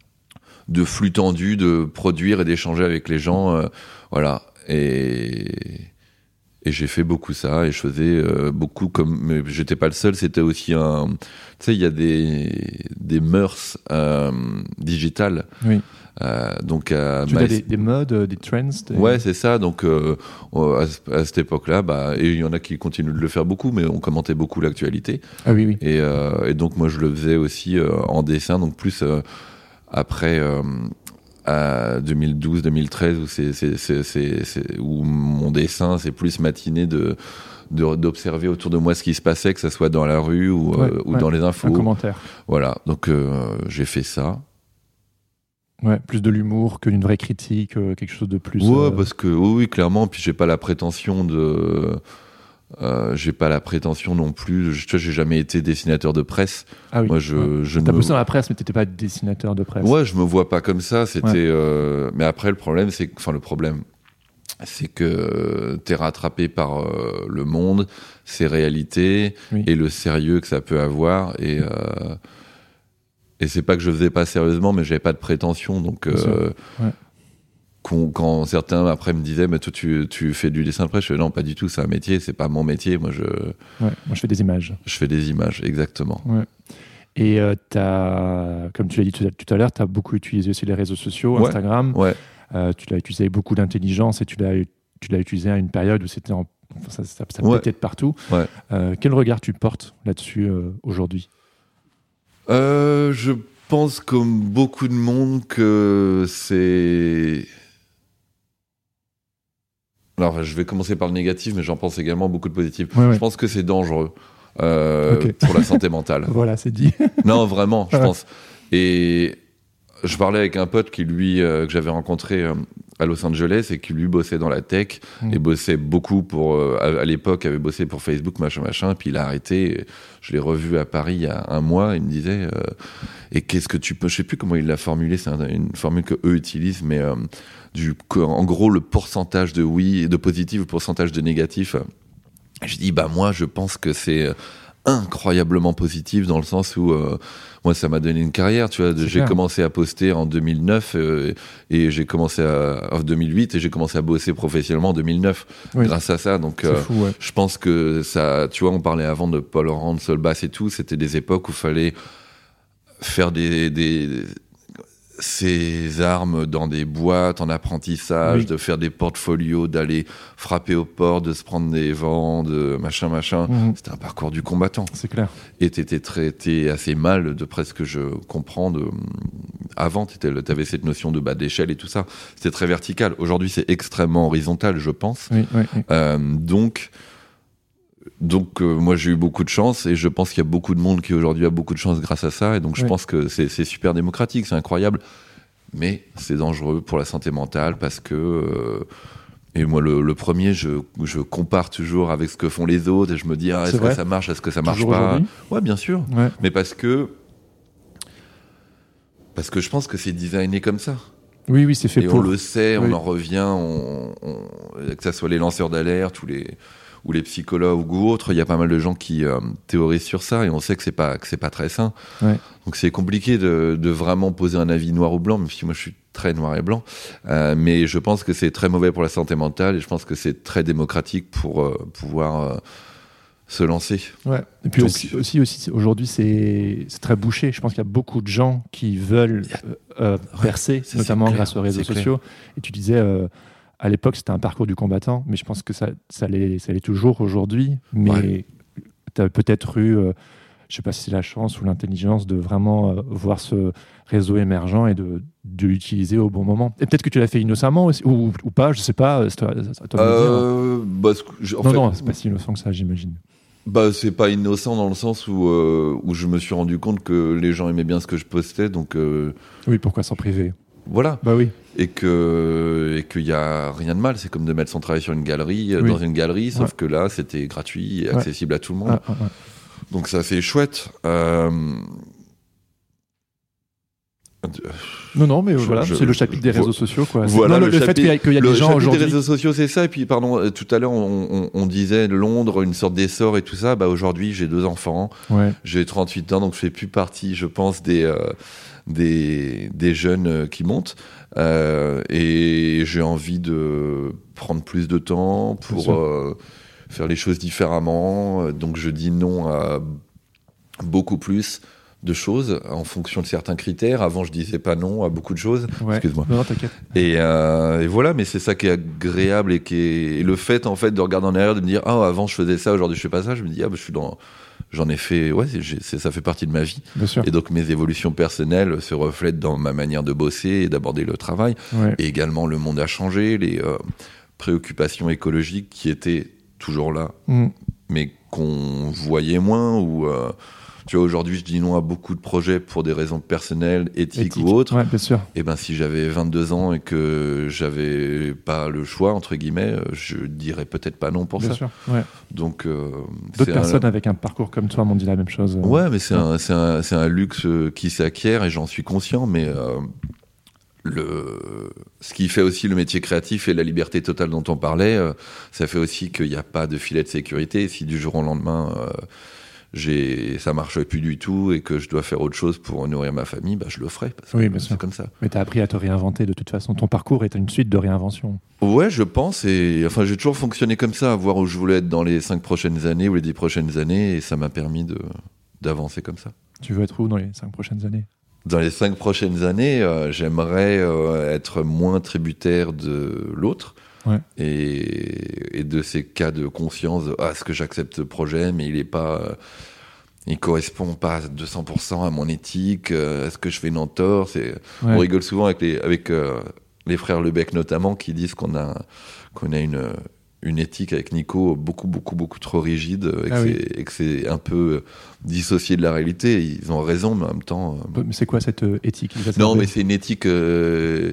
de flux tendu de produire et d'échanger avec les gens, euh, voilà. Et Et j'ai fait beaucoup ça, et je faisais euh, beaucoup comme... Mais j'étais pas le seul, c'était aussi un... Tu sais, il y a des, des mœurs euh, digitales. Oui. Euh, donc à tu as des, des modes, des trends des... Ouais, c'est ça. Donc euh, à, à cette époque-là, bah, et il y en a qui continuent de le faire beaucoup, mais on commentait beaucoup l'actualité. Ah oui, oui. Et, euh, et donc moi, je le faisais aussi euh, en dessin, donc plus euh, après... Euh, à deux mille douze deux mille treize où, c'est, c'est, c'est, c'est, c'est, où mon dessin c'est plus matiné de, de, d'observer autour de moi ce qui se passait, que ce soit dans la rue ou, ouais, euh, ou ouais, dans les infos. Un commentaire. Voilà, donc euh, j'ai fait ça. Ouais, plus de l'humour que d'une vraie critique, euh, quelque chose de plus... Ouais, euh... parce que oui, oui, clairement, puis j'ai pas la prétention de... Euh, j'ai pas la prétention non plus. Je, tu vois, j'ai jamais été dessinateur de presse. Ah oui. Moi, je, ouais. je T'as me... bossé dans la presse, mais t'étais pas dessinateur de presse. Ouais, je me vois pas comme ça. C'était. Ouais. Euh... Mais après, le problème, c'est, enfin, le problème, c'est que t'es rattrapé par euh, le monde, ses réalités oui. et le sérieux que ça peut avoir. Et euh... et c'est pas que je faisais pas sérieusement, mais j'avais pas de prétention. Donc. Euh... Ouais. Quand certains après me disaient mais toi tu, tu fais du dessin de presse, je fais non pas du tout, c'est un métier, c'est pas mon métier, moi je ouais, moi je fais des images je fais des images exactement. Ouais. Et euh, t'as, comme tu l'as dit tout à, tout à l'heure, tu as beaucoup utilisé aussi les réseaux sociaux, ouais. Instagram, ouais. Euh, tu l'as utilisé avec beaucoup d'intelligence et tu l'as, tu l'as utilisé à une période où c'était en, enfin, ça, ça, ça ouais. pétait de partout. Ouais. Euh, quel regard tu portes là-dessus euh, aujourd'hui? euh, Je pense comme beaucoup de monde que c'est... Alors, je vais commencer par le négatif, mais j'en pense également beaucoup de positif. Ouais, ouais. Je pense que c'est dangereux euh, okay. pour la santé mentale. Voilà, c'est dit. Non, vraiment, je ouais. pense. Et je parlais avec un pote qui, lui, euh, que j'avais rencontré euh, à Los Angeles et qui, lui, bossait dans la tech mmh. et bossait beaucoup pour... Euh, à, à l'époque, avait bossé pour Facebook, machin, machin, puis il a arrêté. Je l'ai revu à Paris il y a un mois. Il me disait... Euh, et qu'est-ce que tu peux... Je sais plus comment il l'a formulé, c'est un, une formule que eux utilisent, mais... Euh, Du, en gros, le pourcentage de oui, de positif, le pourcentage de négatif. Je dis, bah moi, je pense que c'est incroyablement positif dans le sens où euh, moi, ça m'a donné une carrière. Tu vois, c'est j'ai clair. commencé à poster en deux mille neuf euh, et j'ai commencé à en deux mille huit et j'ai commencé à bosser professionnellement en deux mille neuf oui. grâce à ça. Donc, euh, fou, ouais. je pense que ça. Tu vois, on parlait avant de Paul Rand, Solbass et tout. C'était des époques où il fallait faire des, des ces armes dans des boîtes en apprentissage, oui. de faire des portfolios, d'aller frapper aux portes, de se prendre des vents, de machin machin. Mmh. C'était un parcours du combattant. C'est clair. Et t'étais traité assez mal, de presque que je comprends. De... Avant, t'avais cette notion de bas d'échelle et tout ça. C'était très vertical. Aujourd'hui, c'est extrêmement horizontal, je pense. Oui, oui, oui. Euh, donc. Donc euh, moi j'ai eu beaucoup de chance et je pense qu'il y a beaucoup de monde qui aujourd'hui a beaucoup de chance grâce à ça et donc je oui. pense que c'est, c'est super démocratique, c'est incroyable, mais c'est dangereux pour la santé mentale parce que euh, et moi le, le premier je, je compare toujours avec ce que font les autres et je me dis ah, est-ce c'est que vrai ça marche, est-ce que ça marche toujours pas aujourd'hui ouais bien sûr ouais. mais parce que parce que je pense que c'est designé comme ça. Oui oui c'est fait et pour on le sait, oui. on en revient on, on, que ça soit les lanceurs d'alerte ou les ou les psychologues ou autres, il y a pas mal de gens qui euh, théorisent sur ça et on sait que c'est pas que c'est pas très sain. Ouais. Donc c'est compliqué de, de vraiment poser un avis noir ou blanc, même si moi je suis très noir et blanc. Euh, mais je pense que c'est très mauvais pour la santé mentale et je pense que c'est très démocratique pour euh, pouvoir euh, se lancer. Ouais. Et puis Donc, aussi, aussi, aussi aujourd'hui c'est, c'est très bouché. Je pense qu'il y a beaucoup de gens qui veulent a... euh, percer, ouais, notamment grâce aux réseaux sociaux. Et tu disais euh, à l'époque, c'était un parcours du combattant, mais je pense que ça, ça, l'est, ça l'est toujours aujourd'hui. Mais ouais. tu as peut-être eu, euh, je ne sais pas si c'est la chance ou l'intelligence, de vraiment euh, voir ce réseau émergent et de, de l'utiliser au bon moment. Et peut-être que tu l'as fait innocemment aussi, ou, ou pas, je ne sais pas. C'est à toi de euh, me dire. Bah, je, en non, fait, non, c'est pas si innocent que ça, j'imagine. Bah, c'est pas innocent dans le sens où, euh, où je me suis rendu compte que les gens aimaient bien ce que je postais. Donc, euh, oui, pourquoi s'en priver ? Voilà. Bah oui. Et que et qu'il y a rien de mal, c'est comme de mettre son travail sur une galerie, oui. dans une galerie, sauf ouais. que là c'était gratuit et accessible ouais. à tout le monde. Ah, ah, ah. Donc ça c'est chouette. Euh... Non, non, mais je, voilà, je, c'est le chapitre des je, réseaux sociaux, quoi. Voilà, non, le, le chapitre, fait qu'il y a, qu'il y a le des gens aujourd'hui. Le chapitre des réseaux sociaux, c'est ça. Et puis, pardon, tout à l'heure, on, on, on disait Londres, une sorte d'essor et tout ça. Bah, aujourd'hui, j'ai deux enfants. Ouais. J'ai trente-huit ans, donc je fais plus partie, je pense, des, euh, des, des jeunes qui montent. Euh, et j'ai envie de prendre plus de temps pour euh, faire les choses différemment. Donc, je dis non à beaucoup plus de choses en fonction de certains critères. Avant, je disais pas non à beaucoup de choses. Ouais. Excuse-moi. Non, non, t'inquiète. Et, euh, et voilà, mais c'est ça qui est agréable et qui est et le fait en fait de regarder en arrière, de me dire ah avant je faisais ça, aujourd'hui je fais pas ça. Je me dis ah bah, je suis dans, j'en ai fait, ouais, c'est, c'est, ça fait partie de ma vie. Bien sûr. Et donc mes évolutions personnelles se reflètent dans ma manière de bosser et d'aborder le travail. Ouais. Et également le monde a changé, les euh, préoccupations écologiques qui étaient toujours là, mm. mais qu'on voyait moins ou euh, tu vois, aujourd'hui, je dis non à beaucoup de projets pour des raisons personnelles, éthiques Éthique. ou autres. Ouais, bien sûr. Et ben, si j'avais vingt-deux ans et que j'avais pas le choix, entre guillemets, je dirais peut-être pas non pour bien ça. Sûr, ouais. Donc, euh, d'autres personnes un... avec un parcours comme toi m'ont dit la même chose. Ouais, mais c'est, ouais. un, c'est, un, c'est un luxe qui s'acquiert et j'en suis conscient, mais euh, le... ce qui fait aussi le métier créatif et la liberté totale dont on parlait, euh, ça fait aussi qu'il n'y a pas de filet de sécurité. Et si du jour au lendemain, euh, J'ai, ça marche plus du tout et que je dois faire autre chose pour nourrir ma famille, bah je le ferai parce oui, que bien c'est sûr. comme ça. Mais t'as appris à te réinventer de toute façon. Ton parcours est une suite de réinventions. Ouais, je pense. Et enfin, j'ai toujours fonctionné comme ça, à voir où je voulais être dans les cinq prochaines années ou les dix prochaines années, et ça m'a permis de d'avancer comme ça. Tu veux être où dans les cinq prochaines années ? Dans les cinq prochaines années, euh, j'aimerais euh, être moins tributaire de l'autre. Ouais. Et, et de ces cas de conscience, ah, est-ce que j'accepte ce projet, mais il est pas, euh, il correspond pas à deux cents pour cent à mon éthique, euh, est-ce que je fais une entorse et ouais. On rigole souvent avec les, avec euh, les frères Lebec notamment, qui disent qu'on a, qu'on a une, une éthique avec Nico beaucoup, beaucoup, beaucoup trop rigide et, ah que, oui. c'est, et que c'est un peu dissocié de la réalité. Ils ont raison, mais en même temps. Euh... Mais c'est quoi cette euh, éthique ? Non, mais c'est une éthique. Euh,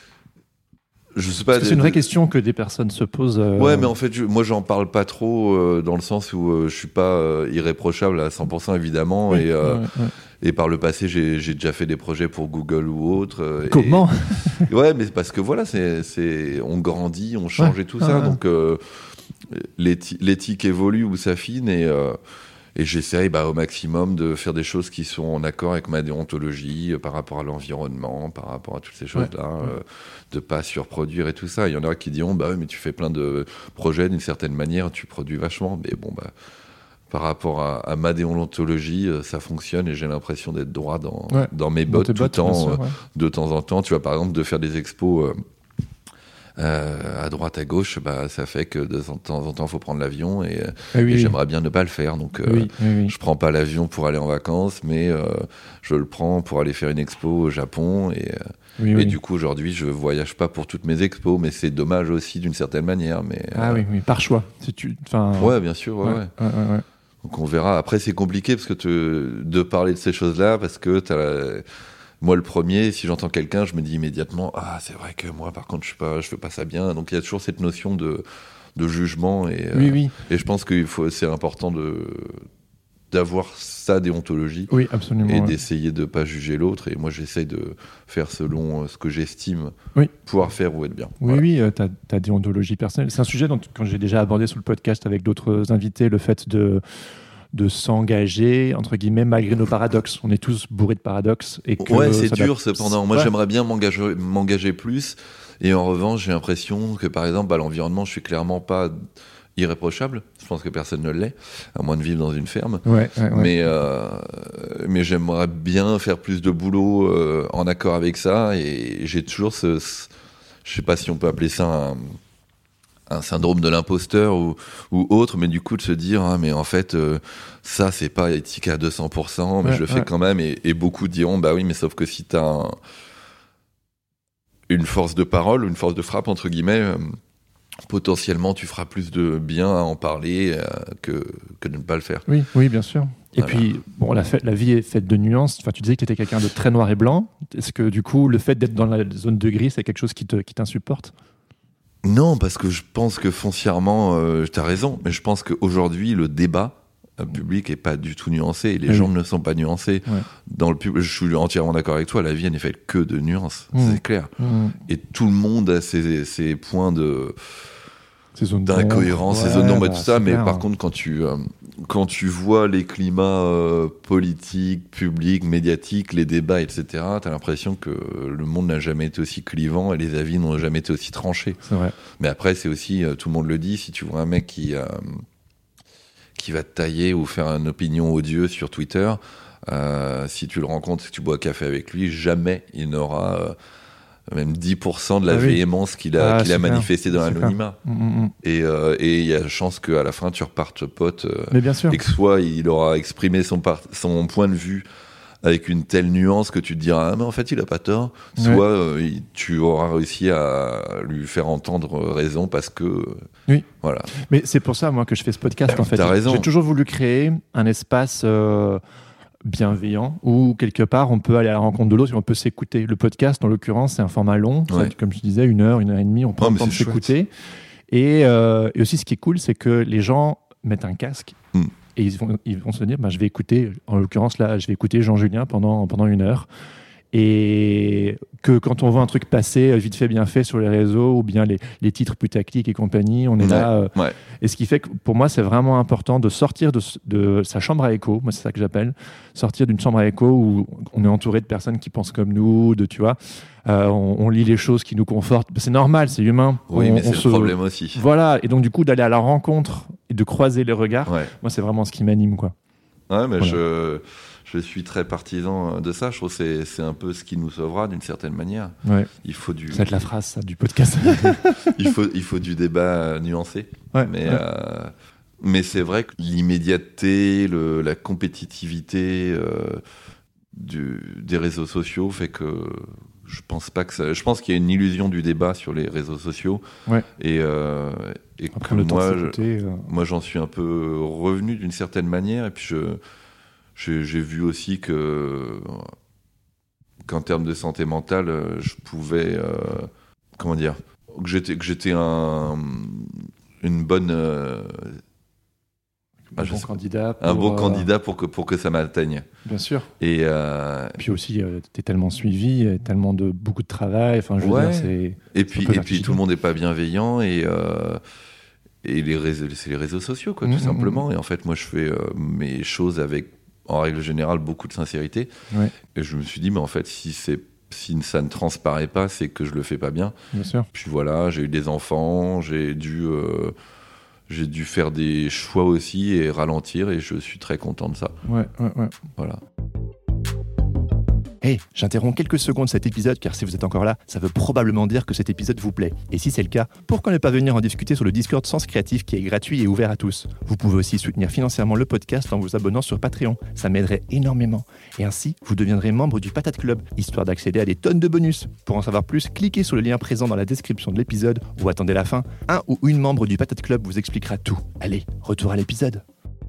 Je sais pas. Parce que c'est une vraie question que des personnes se posent. Euh... Ouais, mais en fait, je, moi, j'en parle pas trop euh, dans le sens où euh, je suis pas euh, irréprochable à cent pour cent évidemment. Oui, et, euh, ouais, ouais. et par le passé, j'ai, j'ai déjà fait des projets pour Google ou autre. Euh, Comment ? et... Ouais, mais parce que voilà, c'est, c'est, on grandit, on change ouais. et tout ça. Ouais. Donc, euh, l'éthi- l'éthique évolue ou s'affine et. Euh, Et j'essaye bah, au maximum de faire des choses qui sont en accord avec ma déontologie euh, par rapport à l'environnement, par rapport à toutes ces choses-là, ouais. euh, de pas surproduire et tout ça. Il y en a qui diront bah oui, mais tu fais plein de projets d'une certaine manière, tu produis vachement. Mais bon, bah, par rapport à, à ma déontologie, euh, ça fonctionne et j'ai l'impression d'être droit dans, ouais. dans mes bottes dans tout le temps, sûr, ouais. euh, de temps en temps. Tu vois, par exemple, de faire des expos. Euh, Euh, à droite, à gauche, bah, ça fait que de temps en temps, il faut prendre l'avion et, ah oui, et oui. j'aimerais bien ne pas le faire. Donc, euh, oui, oui, oui. je prends pas l'avion pour aller en vacances, mais euh, je le prends pour aller faire une expo au Japon. Et, oui, et oui. du coup, aujourd'hui, je voyage pas pour toutes mes expos, mais c'est dommage aussi d'une certaine manière. Mais, ah euh... oui, oui, par choix. Si tu... enfin... Ouais, bien sûr. Ouais, ouais, ouais. Ouais, ouais, ouais. Donc, on verra. Après, c'est compliqué parce que te... de parler de ces choses-là, parce que t'as la... Moi, le premier, si j'entends quelqu'un, je me dis immédiatement « Ah, c'est vrai que moi, par contre, je ne fais, fais pas ça bien. » Donc, il y a toujours cette notion de, de jugement. Et, oui, euh, oui. et je pense que faut, c'est important de, d'avoir sa déontologie. Oui, absolument. Et ouais. d'essayer de ne pas juger l'autre. Et moi, j'essaye de faire selon ce que j'estime oui. pouvoir faire ou être bien. Oui, voilà. oui, euh, ta, ta déontologie personnelle. C'est un sujet dont, quand j'ai déjà abordé sur le podcast avec d'autres invités, le fait de... de s'engager, entre guillemets, malgré nos paradoxes. On est tous bourrés de paradoxes. Et que ouais, c'est dur, va... cependant. Moi, ouais. j'aimerais bien m'engager, m'engager plus. Et en revanche, j'ai l'impression que, par exemple, à l'environnement, je suis clairement pas irréprochable. Je pense que personne ne l'est, à moins de vivre dans une ferme. Ouais, ouais, ouais. Mais, euh, mais j'aimerais bien faire plus de boulot euh, en accord avec ça. Et j'ai toujours ce... ce je sais pas si on peut appeler ça un... un syndrome de l'imposteur ou, ou autre, mais du coup de se dire ah, mais en fait euh, ça c'est pas éthique à deux cents pour cent, mais ouais, je le fais ouais. quand même et, et beaucoup diront bah oui mais sauf que si t'as un, une force de parole ou une force de frappe entre guillemets euh, potentiellement tu feras plus de bien à en parler euh, que, que de ne pas le faire. Oui, oui bien sûr. Et voilà. Puis, bon, la, fait, la vie est faite de nuances. Enfin, tu disais que tu étais quelqu'un de très noir et blanc. Est-ce que du coup le fait d'être dans la zone de gris c'est quelque chose qui, te, qui t'insupporte ? Non, parce que je pense que foncièrement, euh, tu as raison, mais je pense qu'aujourd'hui, le débat public est pas du tout nuancé et les oui. gens ne sont pas nuancés. Ouais. Dans le pub... Je suis entièrement d'accord avec toi, la vie n'est faite que de nuances, mmh. c'est clair. Mmh. Et tout le monde a ses, ses points de... d'incohérence, ouais, ces zones d'ombre bah, et tout ça, mais clair, par hein. contre, quand tu, euh, quand tu vois les climats euh, politiques, publics, médiatiques, les débats, et cetera, t'as l'impression que le monde n'a jamais été aussi clivant et les avis n'ont jamais été aussi tranchés. C'est vrai. Mais après, c'est aussi, euh, tout le monde le dit, si tu vois un mec qui, euh, qui va te tailler ou faire une opinion odieuse sur Twitter, euh, si tu le rencontres, si tu bois un café avec lui, jamais il n'aura... Euh, même dix pour cent de la ah oui. véhémence qu'il a, ah, qu'il a manifesté dans l'anonymat. Mmh, mmh. Et il euh, y a chance qu'à la fin, tu repartes pote. Euh, Mais bien sûr. Et que soit il aura exprimé son, par- son point de vue avec une telle nuance que tu te diras ah, mais en fait, il a pas tort. Ouais. Soit euh, il, tu auras réussi à lui faire entendre raison parce que... Oui. Voilà. Mais c'est pour ça, moi, que je fais ce podcast, en fait. T'as raison. J'ai toujours voulu créer un espace... Euh... bienveillant, où quelque part on peut aller à la rencontre de l'autre et on peut s'écouter. Le podcast, en l'occurrence, c'est un format long, ouais. comme je disais, une heure, une heure et demie, on prend le temps de s'écouter. Et, euh, et aussi, ce qui est cool, c'est que les gens mettent un casque mm. et ils vont, ils vont se dire, bah, je vais écouter, en l'occurrence là, je vais écouter Jean-Julien pendant, pendant une heure. Et que quand on voit un truc passer vite fait, bien fait sur les réseaux, ou bien les, les titres putaclic et compagnie, on est ouais, là. Euh, ouais. Et ce qui fait que pour moi, c'est vraiment important de sortir de, de sa chambre à écho, moi c'est ça que j'appelle, sortir d'une chambre à écho où on est entouré de personnes qui pensent comme nous, de, tu vois, euh, on, on lit les choses qui nous confortent. C'est normal, c'est humain. Oui, on, mais on c'est se... le problème aussi. Voilà, et donc du coup, d'aller à la rencontre et de croiser les regards, ouais. moi c'est vraiment ce qui m'anime, quoi. Ouais, mais voilà. je... Je suis très partisan de ça. Je trouve que c'est, c'est un peu ce qui nous sauvera d'une certaine manière. Ouais. Il faut du. Ça va être la phrase ça, du podcast. il faut, il faut du débat nuancé. Ouais, mais, ouais. Euh, mais c'est vrai que l'immédiateté, le, la compétitivité euh, du, des réseaux sociaux fait que je pense pas que ça. Je pense qu'il y a une illusion du débat sur les réseaux sociaux. Ouais. Et, euh, et Après, que le moi, temps je, euh... moi, j'en suis un peu revenu d'une certaine manière. Et puis je. J'ai, j'ai vu aussi que, qu'en termes de santé mentale, je pouvais, euh, comment dire, que j'étais, que j'étais un, une bonne, euh, un bon candidat, pour, un bon euh... candidat pour que pour que ça m'atteigne. Bien sûr. Et euh... puis aussi, euh, t'es tellement suivi, tellement de beaucoup de travail. Enfin, je veux ouais. dire, c'est. Et puis et puis tout le monde n'est pas bienveillant et. Euh... Et les réseaux, c'est les réseaux sociaux, quoi, mmh, tout mmh, simplement. Mmh. Et en fait, moi, je fais euh, mes choses avec, en règle générale, beaucoup de sincérité. Ouais. Et je me suis dit, mais en fait, si, c'est, si ça ne transparaît pas, c'est que je le fais pas bien. Bien sûr. Puis voilà, j'ai eu des enfants, j'ai dû, euh, j'ai dû faire des choix aussi et ralentir, et je suis très content de ça. Ouais, ouais, ouais. Voilà. Hey, j'interromps quelques secondes cet épisode car si vous êtes encore là, ça veut probablement dire que cet épisode vous plaît. Et si c'est le cas, pourquoi ne pas venir en discuter sur le Discord Sens Créatif qui est gratuit et ouvert à tous. Vous pouvez aussi soutenir financièrement le podcast en vous abonnant sur Patreon. Ça m'aiderait énormément. Et ainsi, vous deviendrez membre du Patate Club, histoire d'accéder à des tonnes de bonus. Pour en savoir plus, cliquez sur le lien présent dans la description de l'épisode ou attendez la fin. Un ou une membre du Patate Club vous expliquera tout. Allez, retour à l'épisode.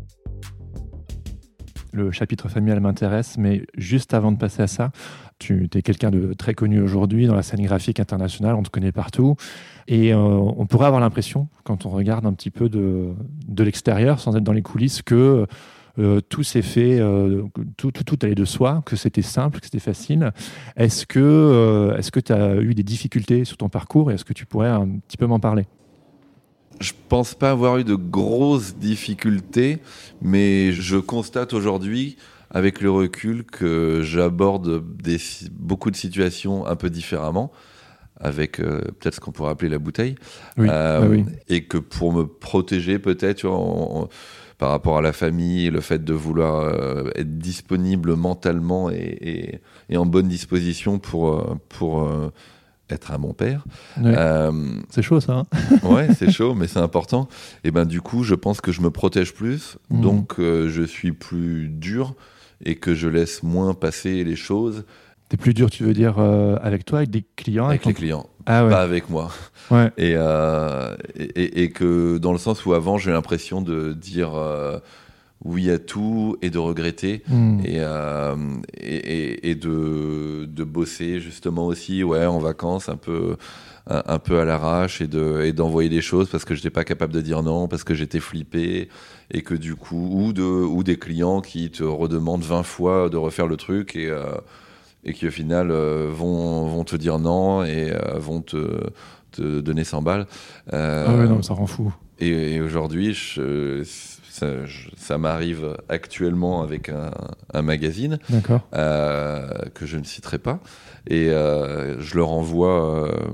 Le chapitre familial m'intéresse, mais juste avant de passer à ça, tu es quelqu'un de très connu aujourd'hui dans la scène graphique internationale, on te connaît partout, et euh, on pourrait avoir l'impression, quand on regarde un petit peu de, de l'extérieur, sans être dans les coulisses, que euh, tout s'est fait, euh, tout, tout, tout allait de soi, que c'était simple, que c'était facile. Est-ce que euh, est-ce que tu as eu des difficultés sur ton parcours, et est-ce que tu pourrais un petit peu m'en parler ? Je pense pas avoir eu de grosses difficultés, mais je constate aujourd'hui, avec le recul, que j'aborde des, beaucoup de situations un peu différemment, avec euh, peut-être ce qu'on pourrait appeler la bouteille. Oui, euh, bah oui. Et que pour me protéger, peut-être, tu vois, on, on, par rapport à la famille, le fait de vouloir euh, être disponible mentalement et, et, et en bonne disposition pour... pour euh, être un bon père. Ouais. Euh, c'est chaud ça. Hein ouais, c'est chaud, mais c'est important. Et ben du coup, je pense que je me protège plus, mmh. donc euh, je suis plus dur et que je laisse moins passer les choses. T'es plus dur, tu veux dire euh, avec toi, avec des clients, avec, avec les ton... clients, ah, ouais. pas avec moi. Ouais. Et, euh, et, et, et que dans le sens où avant, j'ai l'impression de dire. Euh, où il y a tout et de regretter mmh. et, euh, et, et, et de, de bosser justement aussi ouais, en vacances un peu, un, un peu à l'arrache et, de, et d'envoyer des choses parce que je n'étais pas capable de dire non, parce que j'étais flippé et que du coup, ou, de, ou des clients qui te redemandent vingt fois de refaire le truc et, euh, et qui au final euh, vont, vont te dire non et euh, vont te, te donner cent balles. Euh, ah ouais, non, ça rend fou. Et, et aujourd'hui, je, ça, je, ça m'arrive actuellement avec un, un magazine euh, que je ne citerai pas. Et euh, je leur envoie... Euh,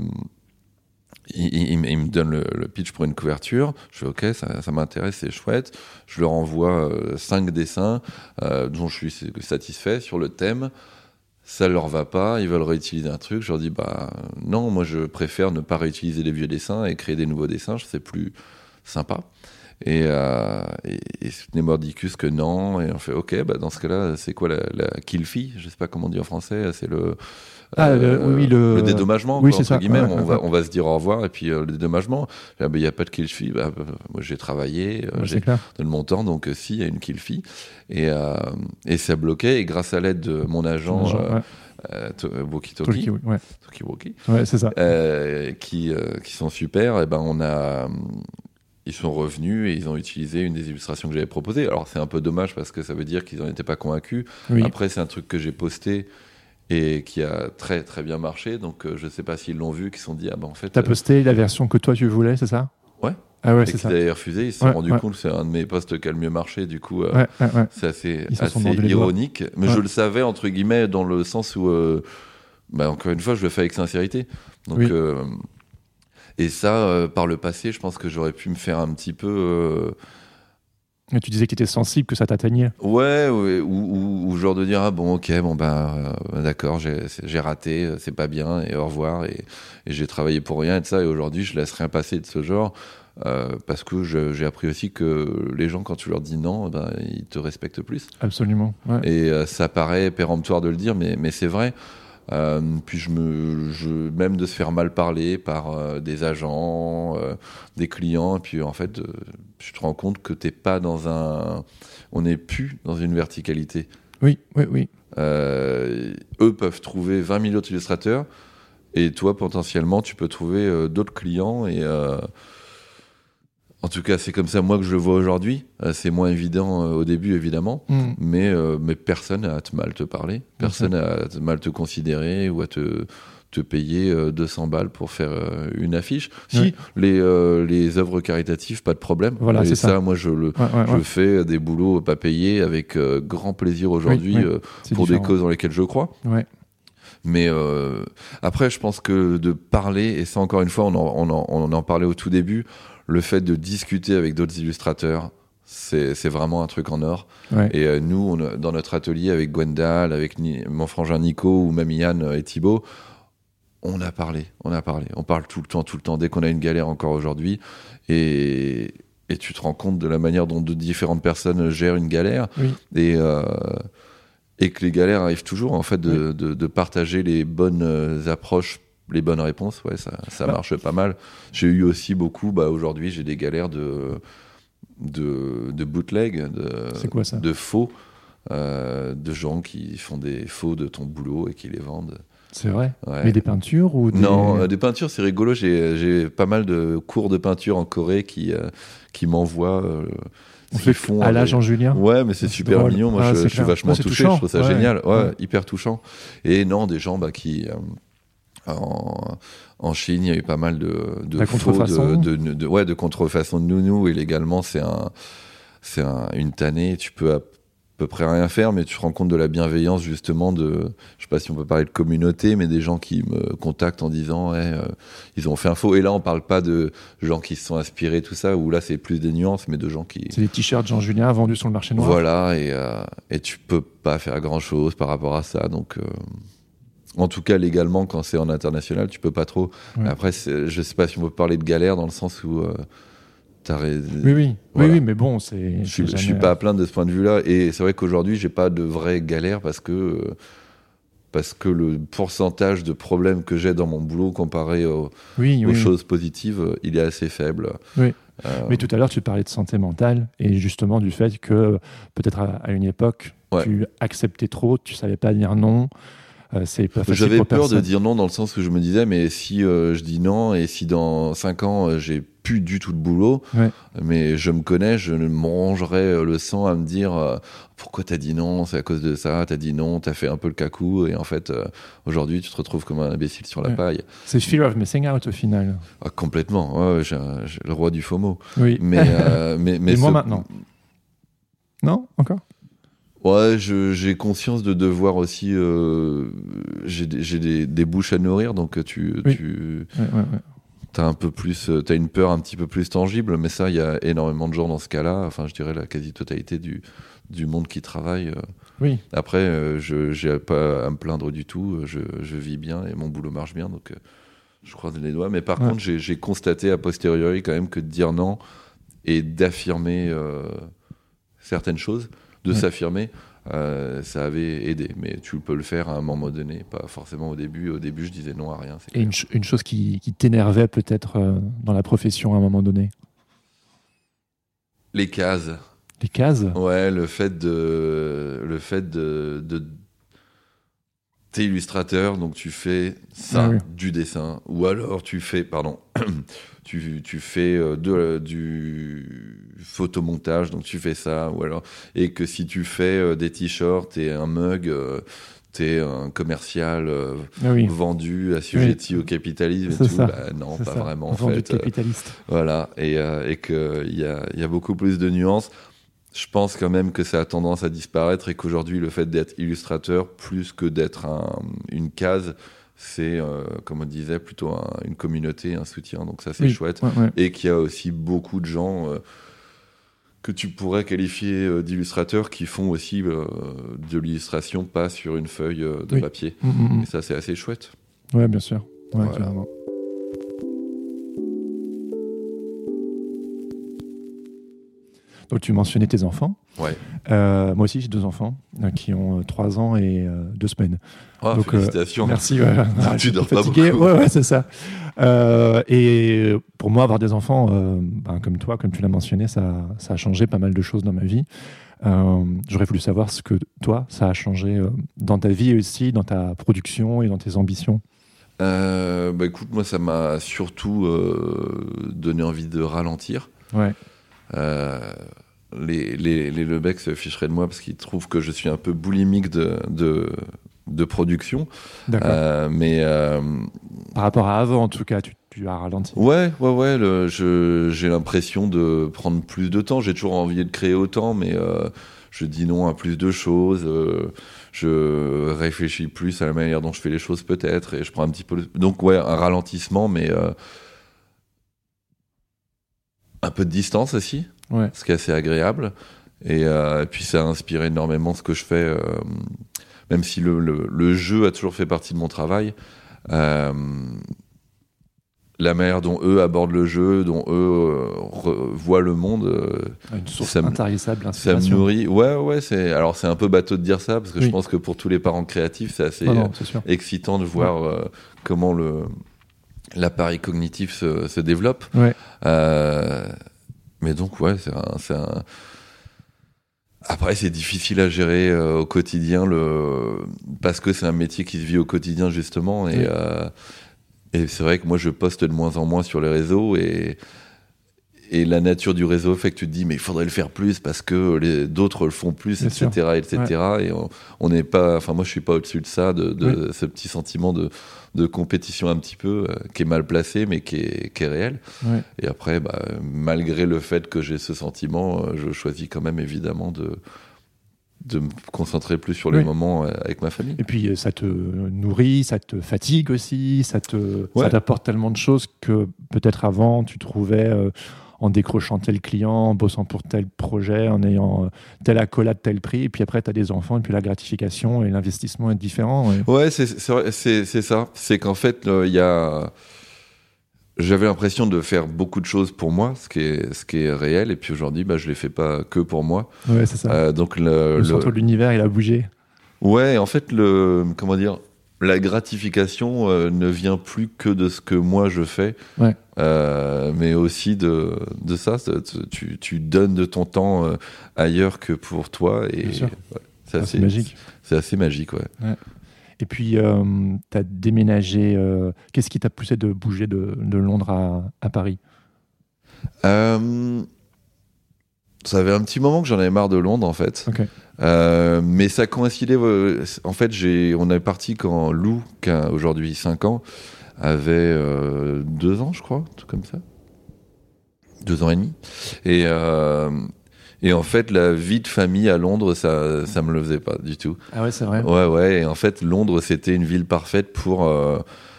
il, il, il me donne le, le pitch pour une couverture. Je fais OK, ça, ça m'intéresse, c'est chouette. Je leur envoie euh, cinq dessins euh, dont je suis satisfait sur le thème. Ça leur va pas, ils veulent réutiliser un truc. Je leur dis bah non, moi je préfère ne pas réutiliser les vieux dessins et créer des nouveaux dessins. C'est plus sympa. Et, euh, et, et c'est mordicus que non. Et on fait OK, bah dans ce cas-là, c'est quoi la, la kill fee ? Je sais pas comment on dit en français. C'est le Ah, euh, le, oui, le... le dédommagement, oui, quoi, c'est entre ça. guillemets, Ouais, on, ouais, va, ouais. on va se dire au revoir, et puis euh, le dédommagement, il n'y a pas de kill fee, bah, bah, moi j'ai travaillé, euh, ouais, j'ai donné mon temps, donc euh, si, il y a une kill fee, et, euh, et ça bloquait, et grâce à l'aide de mon agent, agent euh, ouais. euh, to, Walkie Talkie, Talkie, ouais. Talkie Walkie, ouais, c'est ça. Euh, qui, euh, qui sont super, et ben on a... Ils sont revenus et ils ont utilisé une des illustrations que j'avais proposées. Alors c'est un peu dommage parce que ça veut dire qu'ils n'en étaient pas convaincus. Oui. Après c'est un truc que j'ai posté et qui a très très bien marché, donc euh, je sais pas s'ils l'ont vu, qu'ils se sont dit ah ben en fait... T'as euh... posté la version que toi tu voulais, c'est ça ? Ouais. Ah ouais, et c'est qu'ils ça. avaient refusé, ils se sont ouais, rendus ouais. compte que c'est un de mes posts qui a le mieux marché, du coup euh, ouais, ouais, ouais. c'est assez, assez ironique, mais ouais. je le savais entre guillemets dans le sens où, euh, bah, encore une fois, je le fais avec sincérité. Donc... Oui. Euh, Et ça, euh, par le passé, je pense que j'aurais pu me faire un petit peu... Euh... Mais tu disais qu'il était sensible, que ça t'atteignait. Ouais, ouais ou, ou, ou genre de dire, ah bon, ok, bon ben, euh, d'accord, j'ai, j'ai raté, c'est pas bien, et au revoir, et, et j'ai travaillé pour rien, et de ça, et aujourd'hui, je laisse rien passer de ce genre, euh, parce que je, j'ai appris aussi que les gens, quand tu leur dis non, ben, ils te respectent plus. Absolument, ouais. Et euh, ça paraît péremptoire de le dire, mais, mais c'est vrai. Euh, puis je me, je, même de se faire mal parler par euh, des agents, euh, des clients, et puis en fait, euh, tu te rends compte que t'es pas dans un, on n'est plus dans une verticalité. Oui, oui, oui. Euh, eux peuvent trouver vingt mille autres illustrateurs, et toi potentiellement, tu peux trouver euh, d'autres clients. Et euh, en tout cas, c'est comme ça moi que je le vois aujourd'hui. Euh, c'est moins évident euh, au début, évidemment, mmh. mais, euh, mais personne n'a à te mal te parler, personne n'a à te mal te considérer ou à te, te payer euh, deux cents balles pour faire euh, une affiche. Si, oui. les, euh, les œuvres caritatives, pas de problème. Voilà, et c'est ça, ça, moi, je, le, ouais, ouais, je ouais. fais des boulots pas payés avec euh, grand plaisir aujourd'hui oui, oui. euh, pour différent. des causes dans lesquelles je crois. Ouais. Mais euh, après, je pense que de parler, et ça encore une fois, on en, on en, on en parlait au tout début, le fait de discuter avec d'autres illustrateurs, c'est, c'est vraiment un truc en or. Ouais. Et euh, nous, on, dans notre atelier avec Gwendal, avec Ni- mon frangin Nico ou même Yann et Thibaut, on a parlé, on a parlé. On parle tout le temps, tout le temps, dès qu'on a une galère encore aujourd'hui. Et, et tu te rends compte de la manière dont de différentes personnes gèrent une galère. Oui. Et... Euh, et que les galères arrivent toujours, en fait, de, oui. de, de partager les bonnes euh, approches, les bonnes réponses, ouais, ça, ça bah. marche pas mal. J'ai eu aussi beaucoup, bah, aujourd'hui, j'ai des galères de, de, de bootleg, de, c'est quoi, ça de faux, euh, de gens qui font des faux de ton boulot et qui les vendent. C'est vrai ouais. Mais des peintures ou des... Non, euh, des peintures, c'est rigolo. J'ai, j'ai pas mal de cours de peinture en Corée qui, euh, qui m'envoient... Euh, On fait font à l'âge en Julien. Ouais, mais c'est, c'est super drôle. Mignon. Moi, ah, je, je suis vachement ouais, touché. Touchant. Je trouve ça ouais. génial. Ouais, ouais, hyper touchant. Et non, des gens bah, qui... Euh, en, en Chine, il y a eu pas mal de, de La faux, contrefaçon. de, de, de, ouais, de contrefaçon de nounous. Et légalement, c'est, un, c'est un, une tannée. Tu peux à peu près rien faire, mais tu te rends compte de la bienveillance, justement, de... Je sais pas si on peut parler de communauté, mais des gens qui me contactent en disant hey, euh, ils ont fait un faux. Et là, on parle pas de gens qui se sont inspirés, tout ça, où là, c'est plus des nuances, mais de gens qui... C'est des t-shirts Jean Julien vendus sur le marché noir. Voilà, et, euh, et tu peux pas faire grand-chose par rapport à ça, donc... Euh... En tout cas, légalement, quand c'est en international, tu peux pas trop. Ouais. Après, c'est, je sais pas si on peut parler de galère dans le sens où euh, t'as. Ré... Oui, oui, voilà. oui, oui, mais bon, c'est. Je, c'est je suis pas à plaindre de ce point de vue-là, et c'est vrai qu'aujourd'hui, j'ai pas de vraie galère parce que euh, parce que le pourcentage de problèmes que j'ai dans mon boulot comparé aux, oui, aux oui, choses positives, il est assez faible. Oui. Euh... Mais tout à l'heure, tu parlais de santé mentale et justement du fait que peut-être à, à une époque, ouais. tu acceptais trop, tu savais pas dire non. Euh, c'est pas facile J'avais pour peur personne. de dire non dans le sens que je me disais, mais si euh, je dis non et si dans cinq ans euh, j'ai plus du tout de boulot, ouais. mais je me connais, je me rongerais le sang à me dire euh, pourquoi t'as dit non, c'est à cause de ça, t'as dit non, t'as fait un peu le cacou et en fait euh, aujourd'hui tu te retrouves comme un imbécile sur la ouais. paille. C'est fear of missing out au final. Ah, complètement, ouais, j'ai, un, j'ai le roi du FOMO. Oui. Mais, euh, mais, mais et moi ce... maintenant. Non, encore. Ouais, je, j'ai conscience de devoir aussi. Euh, j'ai des, j'ai des, des bouches à nourrir, donc tu, oui. tu ouais, ouais, ouais. t'as un peu plus, t'as une peur un petit peu plus tangible, mais ça, il y a énormément de gens dans ce cas-là. Enfin, je dirais la quasi-totalité du du monde qui travaille. Euh. Oui. Après, euh, je j'ai pas à me plaindre du tout. Je, je vis bien et mon boulot marche bien, donc euh, je croise les doigts. Mais par ouais. contre, j'ai, j'ai constaté a posteriori quand même que de dire non et d'affirmer euh, certaines choses. de ouais. s'affirmer, euh, ça avait aidé. Mais tu peux le faire à un moment donné, pas forcément au début. Au début, je disais non à rien. Et une, ch- une chose qui, qui t'énervait peut-être euh, dans la profession à un moment donné ? Les cases. Les cases ? Ouais, le fait de... Le fait de, de t'es illustrateur, donc tu fais ça, ah oui. du dessin. Ou alors tu fais... Pardon... Tu, tu fais euh, de, du photomontage, donc tu fais ça, ou alors, et que si tu fais euh, des t-shirts et un mug, euh, t'es un commercial euh, ah oui. vendu, assujetti oui. au capitalisme c'est et tout. Ça. Bah, non, c'est pas ça. vraiment. Vendu en fait. de capitaliste. Euh, voilà, et, euh, et qu'il y a, y a beaucoup plus de nuances. Je pense quand même que ça a tendance à disparaître et qu'aujourd'hui, le fait d'être illustrateur, plus que d'être un, une case, c'est, euh, comme on disait, plutôt un, une communauté, un soutien. Donc ça, c'est oui, chouette. Ouais, ouais. Et qu'il y a aussi beaucoup de gens euh, que tu pourrais qualifier euh, d'illustrateurs qui font aussi euh, de l'illustration, pas sur une feuille euh, de oui. papier. Mmh, mmh. Et ça, c'est assez chouette. Ouais, bien sûr. Ouais, voilà. Clairement. Donc tu mentionnais tes enfants. Ouais. Euh, moi aussi j'ai deux enfants euh, qui ont trois ans et euh, deux semaines. Oh, donc, félicitations. Euh, merci. Ouais, ah, tu dors pas beaucoup. Ouais, ouais, c'est ça. Euh, et pour moi, avoir des enfants, euh, ben, comme toi, comme tu l'as mentionné, ça, ça a changé pas mal de choses dans ma vie. Euh, j'aurais voulu savoir ce que toi, ça a changé euh, dans ta vie aussi, dans ta production et dans tes ambitions. Euh, bah écoute, moi ça m'a surtout euh, donné envie de ralentir. Ouais. Euh, les, les, les Lebec se ficheraient de moi parce qu'ils trouvent que je suis un peu boulimique de, de, de production. D'accord. Euh, mais, euh, Par rapport à avant, en tout cas, tu, tu as ralenti. Ouais, ouais, ouais. Le, je, j'ai l'impression de prendre plus de temps. J'ai toujours envie de créer autant, mais euh, je dis non à plus de choses. Euh, je réfléchis plus à la manière dont je fais les choses, peut-être, et je prends un petit peu. Donc, ouais, un ralentissement, mais. Euh, un peu de distance aussi, ouais. ce qui est assez agréable. Et, euh, et puis ça a inspiré énormément ce que je fais, euh, même si le, le, le jeu a toujours fait partie de mon travail. Euh, la manière dont eux abordent le jeu, dont eux euh, re, voient le monde, euh, une source intarissable d'inspiration. Ça me nourrit. Ouais, ouais. C'est alors c'est un peu bateau de dire ça parce que oui. je pense que pour tous les parents créatifs, c'est assez oh non, c'est euh, excitant de voir ouais. euh, comment le l'appareil cognitif se, se développe. Ouais. Euh, mais donc, ouais, c'est un, c'est un... Après, c'est difficile à gérer euh, au quotidien, le... parce que c'est un métier qui se vit au quotidien, justement. Et, oui. euh, et c'est vrai que moi, je poste de moins en moins sur les réseaux. Et, et la nature du réseau fait que tu te dis, mais il faudrait le faire plus parce que les... d'autres le font plus, Bien et cetera, et cetera. Ouais. Et on n'est pas... Enfin, moi, je ne suis pas au-dessus de ça, de, de oui. ce petit sentiment de... de compétition un petit peu, euh, qui est mal placé, mais qui est, qui est réel. Ouais. Et après, bah, malgré le fait que j'ai ce sentiment, euh, je choisis quand même évidemment de, de me concentrer plus sur les oui. moments euh, avec ma famille. Et puis, ça te nourrit, ça te fatigue aussi, ça, te, ouais. ça t'apporte tellement de choses que peut-être avant, tu trouvais... Euh, en décrochant tel client, en bossant pour tel projet, en ayant telle accolade, tel prix, et puis après, tu as des enfants, et puis la gratification et l'investissement est différent. Et... Ouais, c'est, c'est, c'est, c'est ça. C'est qu'en fait, il euh, y a... J'avais l'impression de faire beaucoup de choses pour moi, ce qui est, ce qui est réel, et puis aujourd'hui, bah, je ne les fais pas que pour moi. Ouais, c'est ça. Euh, donc le, le, le centre de l'univers, il a bougé. Ouais, en fait, le... Comment dire... La gratification euh, ne vient plus que de ce que moi je fais. Ouais. euh, mais aussi de, de ça, tu, tu donnes de ton temps euh, ailleurs que pour toi, et ouais, c'est, assez, c'est magique. C'est assez magique, ouais. ouais. Et puis, euh, tu as déménagé, euh, qu'est-ce qui t'a poussé de bouger de, de Londres à, à Paris ? euh, Ça avait un petit moment que j'en avais marre de Londres, en fait. Okay. Euh, mais ça coïncidait. Euh, en fait, j'ai, on est parti quand Lou, qui a aujourd'hui cinq ans, avait euh, deux ans, je crois, tout comme ça. Deux ans et demi. Et, euh, et en fait, la vie de famille à Londres, ça, ça me le faisait pas du tout. Ah ouais, c'est vrai. Ouais, ouais. Et en fait, Londres, c'était une ville parfaite pour euh,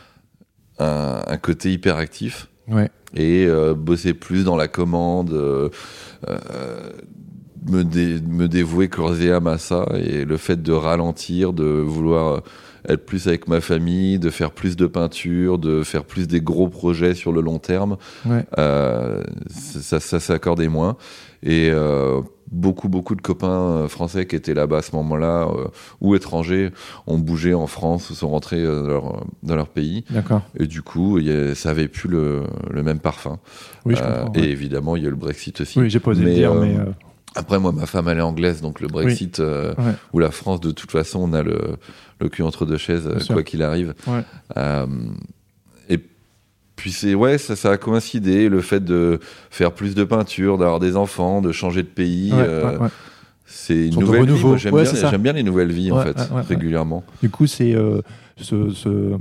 un, un côté hyperactif. Ouais. Et euh, bosser plus dans la commande, euh, euh, me, dé, me dévouer corps et âme à ça, et le fait de ralentir, de vouloir être plus avec ma famille, de faire plus de peinture, de faire plus des gros projets sur le long terme, ouais. euh, ça, ça s'accordait moins. Et euh, beaucoup, beaucoup de copains français qui étaient là-bas à ce moment-là, euh, ou étrangers, ont bougé en France, sont rentrés dans leur, dans leur pays. D'accord. Et du coup, y a, ça avait plus le, le même parfum. Oui, je comprends. Euh, ouais. Et évidemment, il y a eu le Brexit aussi. Oui, j'ai posé mais, le dire, euh, mais... Euh... Après, moi, ma femme, elle est anglaise, donc le Brexit, oui. euh, ouais. ou la France, de toute façon, on a le, le cul entre deux chaises, Bien quoi sûr. Qu'il arrive. Ouais. Euh, et puis, c'est, ouais, ça, ça a coïncidé, le fait de faire plus de peinture, d'avoir des enfants, de changer de pays. Ouais, euh, ouais, ouais. C'est une nouvelle vie. Moi, j'aime, ouais, bien, j'aime bien les nouvelles vies, ouais, en fait, ouais, ouais, régulièrement. Du coup, c'est... Euh, ce, ce,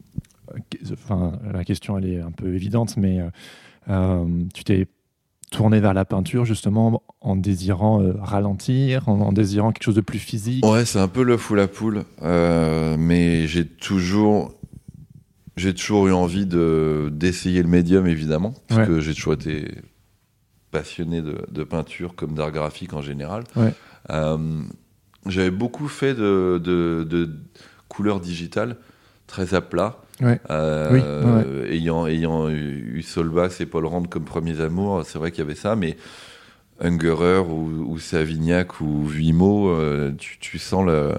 enfin, la question, elle est un peu évidente, mais euh, tu t'es tourné vers la peinture justement en désirant euh, ralentir, en, en désirant quelque chose de plus physique. Ouais, c'est un peu l'œuf ou la poule, euh, mais j'ai toujours, j'ai toujours eu envie de d'essayer le médium, évidemment, parce ouais. que j'ai toujours été passionné de, de peinture comme d'art graphique en général. Ouais. Euh, j'avais beaucoup fait de, de, de couleurs digitales, très à plat. Ouais. Euh, oui, ouais. ayant, ayant eu Solbax et Paul Rand comme premiers amours, c'est vrai qu'il y avait ça, mais Ungerer ou, ou Savignac ou Vuillemaut, euh, tu, tu sens le,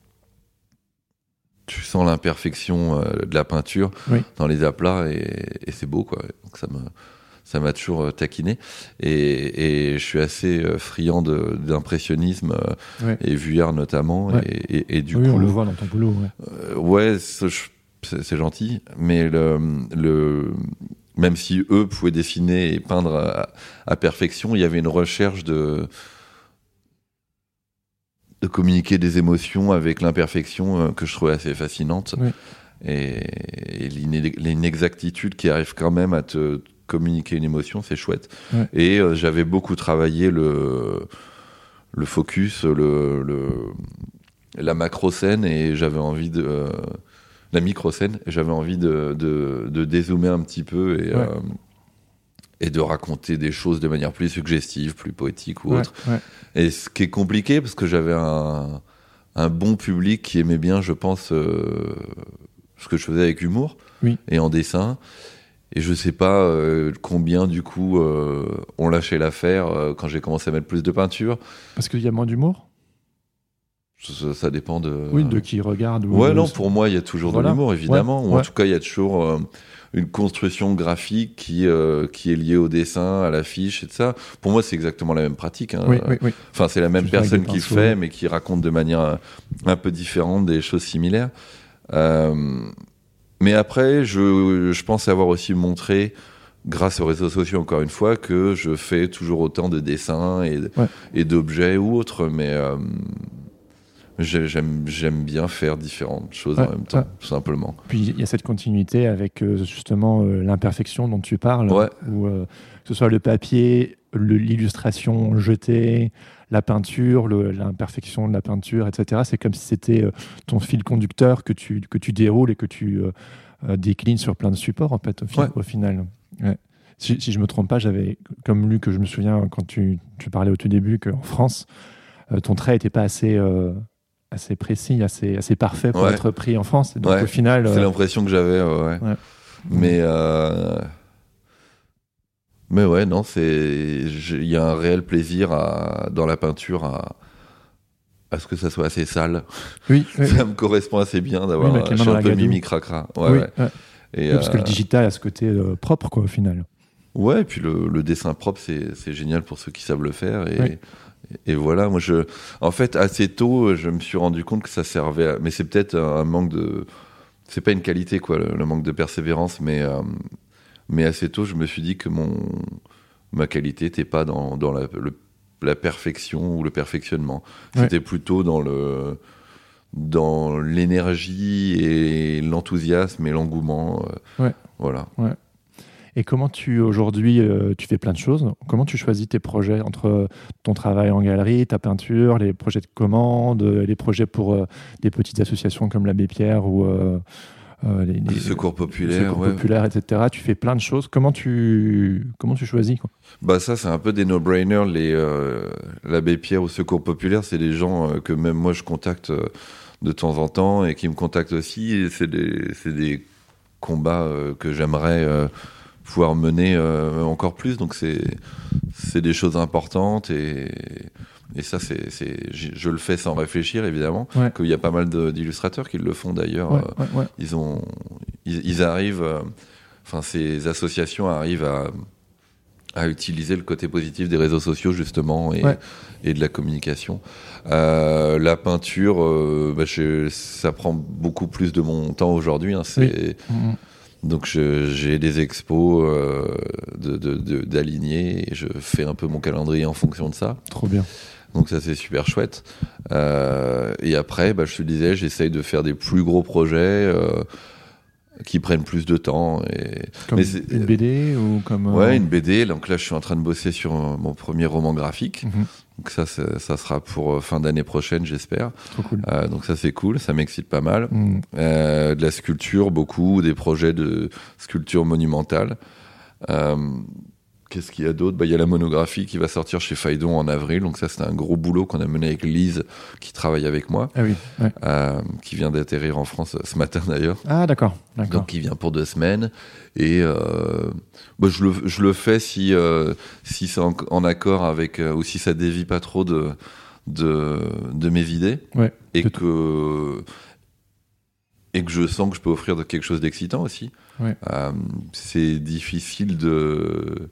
tu sens l'imperfection euh, de la peinture oui. dans les aplats, et, et c'est beau, quoi. Donc ça me, ça m'a toujours euh, taquiné, et, et je suis assez euh, friand de, d'impressionnisme euh, ouais. et Vuillard notamment, ouais. et, et, et du oui, coup, on le voit dans ton boulot. Ouais, euh, ouais, c'est, c'est, c'est gentil, mais le, le même si eux pouvaient dessiner et peindre à, à perfection, il y avait une recherche de de communiquer des émotions avec l'imperfection euh, que je trouvais assez fascinante, oui. et, et l'inexactitude qui arrive quand même à te communiquer une émotion, c'est chouette. Ouais. Et euh, j'avais beaucoup travaillé le le focus, le, le la macro-scène, et j'avais envie de euh, la micro-scène, et j'avais envie de, de, de dézoomer un petit peu, et, ouais. euh, et de raconter des choses de manière plus suggestive, plus poétique ou ouais, autre. Ouais. Et ce qui est compliqué, parce que j'avais un, un bon public qui aimait bien, je pense, euh, ce que je faisais avec humour oui. et en dessin. Et je sais pas euh, combien, du coup, euh, ont lâché l'affaire euh, quand j'ai commencé à mettre plus de peinture. Parce qu'il y a moins d'humour ? Ça, ça dépend de... Oui, de qui regarde. Ou ouais, de... non, pour moi, il y a toujours voilà. de l'humour, évidemment. Ouais, ou ouais. en tout cas, il y a toujours euh, une construction graphique qui, euh, qui est liée au dessin, à l'affiche et tout ça. Pour moi, c'est exactement la même pratique. Hein. Oui, oui, oui. Enfin, c'est la même Juste personne qui le pinceaux. fait, mais qui raconte de manière un, un peu différente des choses similaires. Euh, mais après, je, je pense avoir aussi montré, grâce aux réseaux sociaux, encore une fois, que je fais toujours autant de dessins et, ouais. et d'objets ou autres, mais... Euh, J'aime, j'aime bien faire différentes choses ouais, en même temps, ouais. tout simplement. Puis il y a cette continuité avec euh, justement euh, l'imperfection dont tu parles, ouais. où euh, que ce soit le papier, le, l'illustration jetée, la peinture, le, l'imperfection de la peinture, et cetera. C'est comme si c'était euh, ton fil conducteur que tu, que tu déroules et que tu euh, euh, déclines sur plein de supports, en fait, au, fi- ouais. au final. Ouais. Si, si je ne me trompe pas, j'avais comme lu que je me souviens quand tu, tu parlais au tout début qu'en France, euh, ton trait n'était pas assez... Euh, assez précis, assez, assez parfait pour ouais. être pris en France. Et donc ouais. au final... C'est euh... l'impression que j'avais, ouais. ouais. Mais, euh... mais ouais, non, c'est... Il y a un réel plaisir à... dans la peinture à... à ce que ça soit assez sale. Oui, oui. Ça me correspond assez bien d'avoir... Oui, je suis un peu mimi cracra. Ouais, oui, ouais. ouais. Et, oui, parce euh, que le digital a ce côté euh, propre, quoi, au final. Ouais, et puis le, le dessin propre, c'est, c'est génial pour ceux qui savent le faire. Et, oui. et, et voilà, moi, je, en fait, assez tôt, je me suis rendu compte que ça servait à, mais c'est peut-être un manque de, c'est pas une qualité, quoi, le, le manque de persévérance, mais, euh, mais assez tôt, je me suis dit que mon, ma qualité n'était pas dans, dans la, le, la perfection ou le perfectionnement. Ouais. C'était plutôt dans le, dans l'énergie et l'enthousiasme et l'engouement. Euh, ouais. Voilà. Ouais. Et comment tu, aujourd'hui, euh, tu fais plein de choses. Comment tu choisis tes projets entre ton travail en galerie, ta peinture, les projets de commande, les projets pour euh, des petites associations comme l'Abbé Pierre ou euh, euh, les, les secours populaires, secours ouais. populaires, et cetera. Tu fais plein de choses. Comment tu, comment tu choisis, quoi? Bah ça, c'est un peu des no-brainers. Les, euh, l'Abbé Pierre ou secours populaire, c'est des gens euh, que même moi, je contacte euh, de temps en temps et qui me contactent aussi. Et c'est des, c'est des combats euh, que j'aimerais... Euh, pouvoir mener euh, encore plus, donc c'est c'est des choses importantes et et ça c'est c'est je, je le fais sans réfléchir évidemment. Ouais. Qu'il y a pas mal de, d'illustrateurs qui le font d'ailleurs. Ouais, euh, ouais, ouais. Ils ont ils, ils arrivent, euh, enfin ces associations arrivent à à utiliser le côté positif des réseaux sociaux justement et ouais. et de la communication. Euh, la peinture, euh, bah, je, ça prend beaucoup plus de mon temps aujourd'hui. Hein, c'est oui. Mmh. Donc je, j'ai des expos euh, de, de, de, d'alignés et je fais un peu mon calendrier en fonction de ça. Trop bien. Donc ça c'est super chouette. Euh, et après, bah, je te disais, j'essaye de faire des plus gros projets euh, qui prennent plus de temps. Et... Comme Mais une B D ou comme... Ouais, une B D. Donc là, je suis en train de bosser sur mon premier roman graphique. Mmh. Donc ça, ça, ça sera pour fin d'année prochaine, j'espère. Trop cool. Euh, donc ça, c'est cool, ça m'excite pas mal. Mmh. Euh, de la sculpture, beaucoup, des projets de sculpture monumentale. Euh, qu'est-ce qu'il y a d'autre ? Bah, il y a la monographie qui va sortir chez Phaidon en avril. Donc ça, c'est un gros boulot qu'on a mené avec Lise, qui travaille avec moi. Ah oui, ouais. euh, qui vient d'atterrir en France ce matin d'ailleurs. Ah d'accord, d'accord. Donc il vient pour deux semaines. Et euh, bah, je, le, je le fais si, euh, si c'est en, en accord avec, euh, ou si ça dévie pas trop de, de, de mes idées. Ouais, et, que, et que je sens que je peux offrir quelque chose d'excitant aussi. Ouais. Euh, c'est difficile de...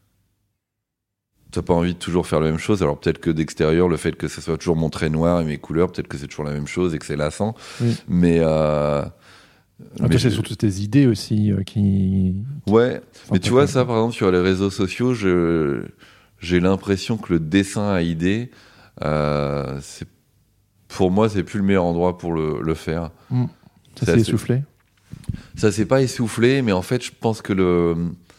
T'as pas envie de toujours faire la même chose. Alors peut-être que d'extérieur, le fait que ça soit toujours mon trait noir et mes couleurs, peut-être que c'est toujours la même chose et que c'est lassant. Oui. Mais... Euh, Ah, mais c'est je... surtout tes idées aussi euh, qui... Ouais, mais tu vois, ça, par exemple, sur les réseaux sociaux, je... j'ai l'impression que le dessin à idées, euh, c'est... pour moi, c'est plus le meilleur endroit pour le, le faire. Mmh. Ça s'est essoufflé ? Ça s'est pas essoufflé, mais en fait, je pense que le...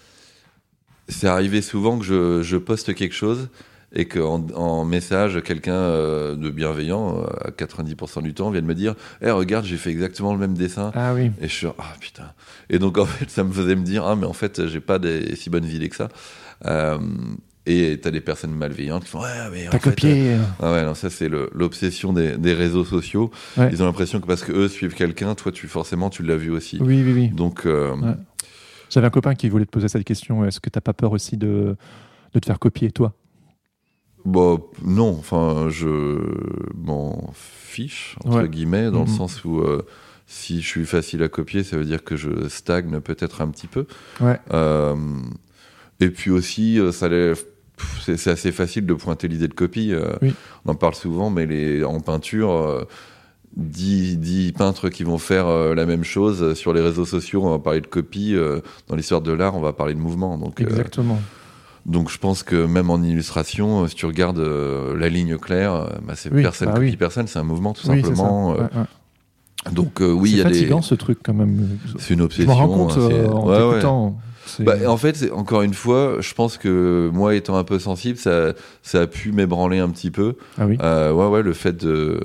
c'est arrivé souvent que je, je poste quelque chose et qu'en en message, quelqu'un euh, de bienveillant, euh, à quatre-vingt-dix pour cent du temps, vienne me dire « Eh, regarde, j'ai fait exactement le même dessin. » Ah oui. Et je suis « Ah, putain !» Et donc, en fait, ça me faisait me dire « Ah, mais en fait, j'ai pas des si bonnes idées que ça. Euh, » Et t'as des personnes malveillantes qui font « Ouais, mais en T'as fait... » copié. Ah ouais, non, ça, c'est le, l'obsession des, des réseaux sociaux. Ouais. Ils ont l'impression que parce qu'eux suivent quelqu'un, toi, tu forcément, tu l'as vu aussi. Oui, oui, oui. Donc... Euh, ouais. J'avais un copain qui voulait te poser cette question. Est-ce que t'as pas peur aussi de, de te faire copier, toi ? Bon, non, enfin, je m'en fiche, entre ouais. guillemets, dans mmh. le sens où euh, si je suis facile à copier, ça veut dire que je stagne peut-être un petit peu. Ouais. Euh, et puis aussi, ça les, c'est, c'est assez facile de pointer l'idée de copie. Euh, oui. On en parle souvent, mais les, en peinture... Euh, Dix, dix peintres qui vont faire euh, la même chose sur les réseaux sociaux, on va parler de copie, euh, dans l'histoire de l'art, on va parler de mouvement. Donc, exactement. Euh, donc je pense que même en illustration, si tu regardes euh, la ligne claire, bah, c'est oui, personne bah copie oui. personne, c'est un mouvement tout oui, simplement. C'est ça. Ouais, ouais. Donc euh, oui, il y a des. C'est fatigant des... ce truc quand même. C'est une obsession. Je m'en rends compte hein, euh, en ouais, t'écoutant. Ouais. C'est... Bah, en fait, c'est, encore une fois, je pense que moi étant un peu sensible, ça, ça a pu m'ébranler un petit peu. Ah oui. Euh, ouais, ouais, le fait de.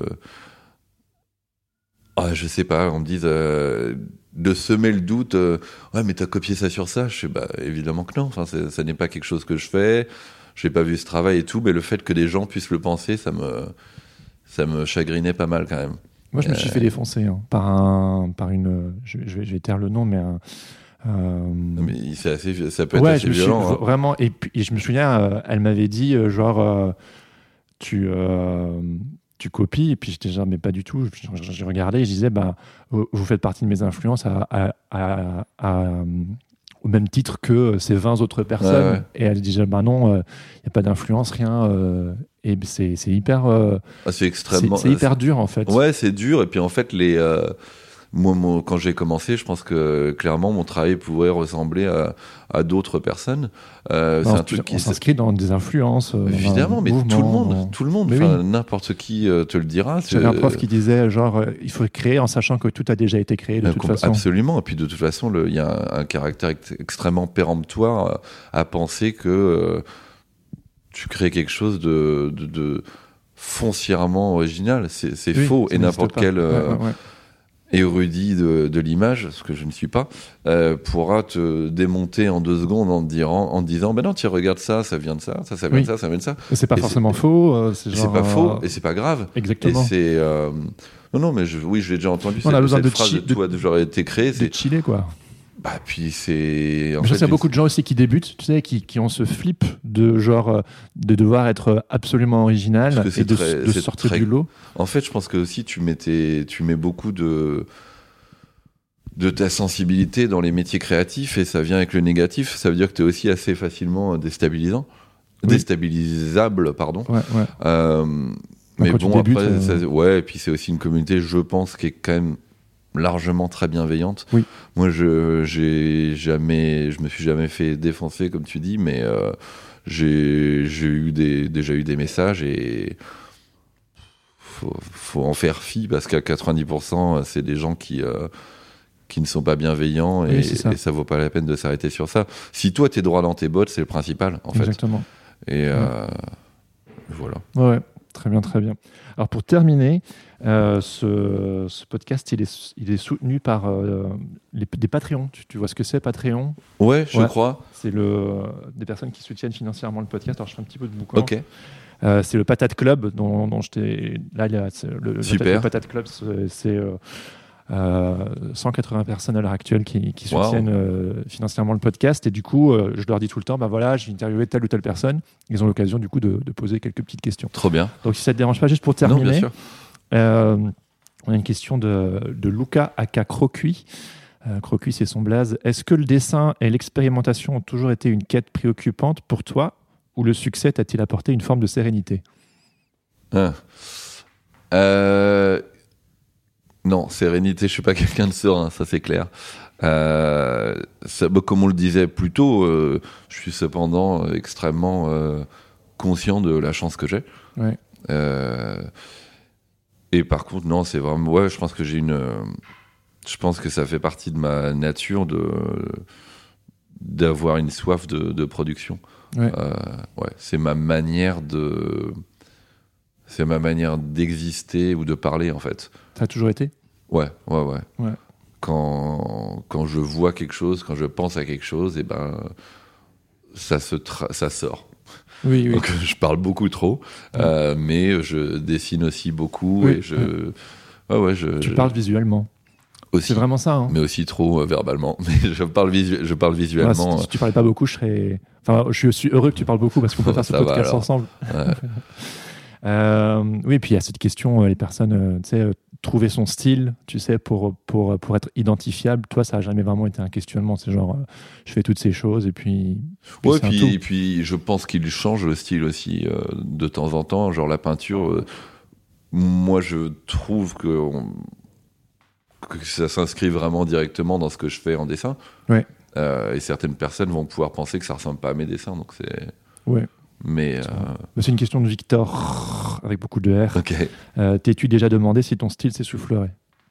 Ah, je sais pas, on me dise euh, de semer le doute. Euh, ouais, mais t'as copié ça sur ça. Je sais, bah évidemment que non. Enfin, c'est, ça n'est pas quelque chose que je fais. J'ai pas vu ce travail et tout, mais le fait que des gens puissent le penser, ça me, ça me chagrinait pas mal quand même. Moi, je me suis euh... fait défoncer hein, par un, par une. Je, je, vais, je vais taire le nom, mais un. Euh... Mais c'est assez, ça peut être ouais, assez je me violent. Suis, hein. Vraiment. Et puis, et je me souviens, euh, elle m'avait dit, euh, genre, euh, tu. Euh, tu copies. Et puis j'étais genre, mais pas du tout. Je, je regardais et je disais, bah, vous faites partie de mes influences à, à, à, à, à, au même titre que ces vingt autres personnes. Ouais, ouais. Et elle disait, bah non, il euh, n'y a pas d'influence, rien. Euh, et c'est, c'est hyper... Euh, ah, c'est extrêmement... C'est, c'est hyper dur, en fait. Ouais, c'est dur. Et puis, en fait, les... Euh... Moi, moi, quand j'ai commencé, je pense que clairement mon travail pouvait ressembler à, à d'autres personnes. Euh, non, c'est un tu, truc on qui s'inscrit dans des influences. Euh, Évidemment, mais mouvement, tout le monde, dans... tout le monde, oui. n'importe qui euh, te le dira. J'avais un prof qui disait genre euh, il faut créer en sachant que tout a déjà été créé de euh, toute façon. Absolument. Et puis de toute façon, il y a un, un caractère ex- extrêmement péremptoire à, à penser que euh, tu crées quelque chose de, de, de foncièrement original. C'est, c'est oui, faux. Et n'importe pas. quel euh, ouais, ouais. érudit de, de l'image, ce que je ne suis pas, euh, pourra te démonter en deux secondes en, dire, en, en disant ben non, tu regardes ça, ça vient de ça, ça, ça vient oui. de ça, ça vient de ça. Et c'est pas et forcément c'est, faux. Euh, c'est, genre, c'est pas faux et c'est pas grave. Exactement. Et c'est euh, non non mais je, oui je l'ai déjà entendu. On cette, a besoin cette de phrase chi- de toi de j'aurais été créé. C'est de chiller quoi. Bah puis c'est. En fait, il y a beaucoup de gens aussi qui débutent, tu sais, qui, qui ont ce flip de genre de devoir être absolument original et de, très, de sortir très... du lot. En fait, je pense que aussi tu mettais, tu mets beaucoup de de ta sensibilité dans les métiers créatifs et ça vient avec le négatif. Ça veut dire que tu es aussi assez facilement déstabilisant, oui. déstabilisable, pardon. Ouais, ouais. Euh, mais quand bon tu débutes, après, euh... ça, ouais, et puis c'est aussi une communauté, je pense, qui est quand même largement très bienveillante. Oui. Moi, je j'ai jamais, je me suis jamais fait défoncer comme tu dis, mais euh, j'ai j'ai eu des déjà eu des messages et faut faut en faire fi parce qu'à quatre-vingt-dix pour cent c'est des gens qui euh, qui ne sont pas bienveillants et, oui, ça. et ça vaut pas la peine de s'arrêter sur ça. Si toi t'es droit dans tes bottes, c'est le principal en Exactement. fait. Et euh, ouais. voilà. Ouais. Très bien, très bien. Alors pour terminer, euh, ce, ce podcast, il est, il est soutenu par euh, les, des Patreons. Tu, tu vois ce que c'est, Patreon ? Ouais, je ouais. crois. C'est le, des personnes qui soutiennent financièrement le podcast. Alors je fais un petit peu de boucan. Ok. Euh, c'est le Patate Club dont, dont je t'ai... Là, il y a, c'est le, Super. le Patate Club, c'est... c'est euh, Euh, cent quatre-vingts personnes à l'heure actuelle qui, qui soutiennent wow. euh, financièrement le podcast et du coup euh, je leur dis tout le temps bah voilà j'ai interviewé telle ou telle personne, ils ont l'occasion du coup de, de poser quelques petites questions. Trop bien. Donc si ça te dérange pas, juste pour terminer, non, bien sûr. Euh, on a une question de, de Luca aka Crocuit. euh, Crocuit c'est son blaze. Est-ce que le dessin et l'expérimentation ont toujours été une quête préoccupante pour toi ou le succès t'a-t-il apporté une forme de sérénité ? ah. euh... Non, sérénité, je suis pas quelqu'un de serein, ça c'est clair. Euh, ça, bah, comme on le disait plus tôt, euh, je suis cependant euh, extrêmement euh, conscient de la chance que j'ai. Ouais. Euh, et par contre, non, c'est vraiment... Ouais, je pense que j'ai une... Euh, je pense que ça fait partie de ma nature de, d'avoir une soif de, de production. Ouais. Euh, ouais, c'est ma manière de... C'est ma manière d'exister ou de parler, en fait. Ça a toujours été ? Ouais, ouais, ouais. ouais. Quand, quand je vois quelque chose, quand je pense à quelque chose, et ben, ça, se tra- ça sort. Oui, oui. Donc, je parle beaucoup trop, ouais. euh, mais je dessine aussi beaucoup. Oui, et je... Ouais. Ouais, ouais, je, tu je... parles visuellement. Aussi, c'est vraiment ça. Hein. Mais aussi trop euh, verbalement. Mais je parle, visu- je parle visuellement. Ouais, si, si tu parlais pas beaucoup, je serais... Enfin, je suis heureux que tu parles beaucoup parce qu'on peut faire ce podcast ensemble. Ouais. Euh, oui, et puis il y a cette question, euh, les personnes, euh, tu sais, euh, trouver son style, tu sais, pour, pour, pour être identifiable. Toi, ça n'a jamais vraiment été un questionnement. C'est genre, euh, je fais toutes ces choses et puis. puis ouais, puis, et puis je pense qu'il change le style aussi euh, de temps en temps. Genre la peinture, euh, moi, je trouve que, on, que ça s'inscrit vraiment directement dans ce que je fais en dessin. Ouais. Euh, et certaines personnes vont pouvoir penser que ça ressemble pas à mes dessins. Donc c'est. Ouais. Mais euh... c'est une question de Victor avec beaucoup de R. Okay. Euh, t'es-tu déjà demandé si ton style s'essoufflerait ?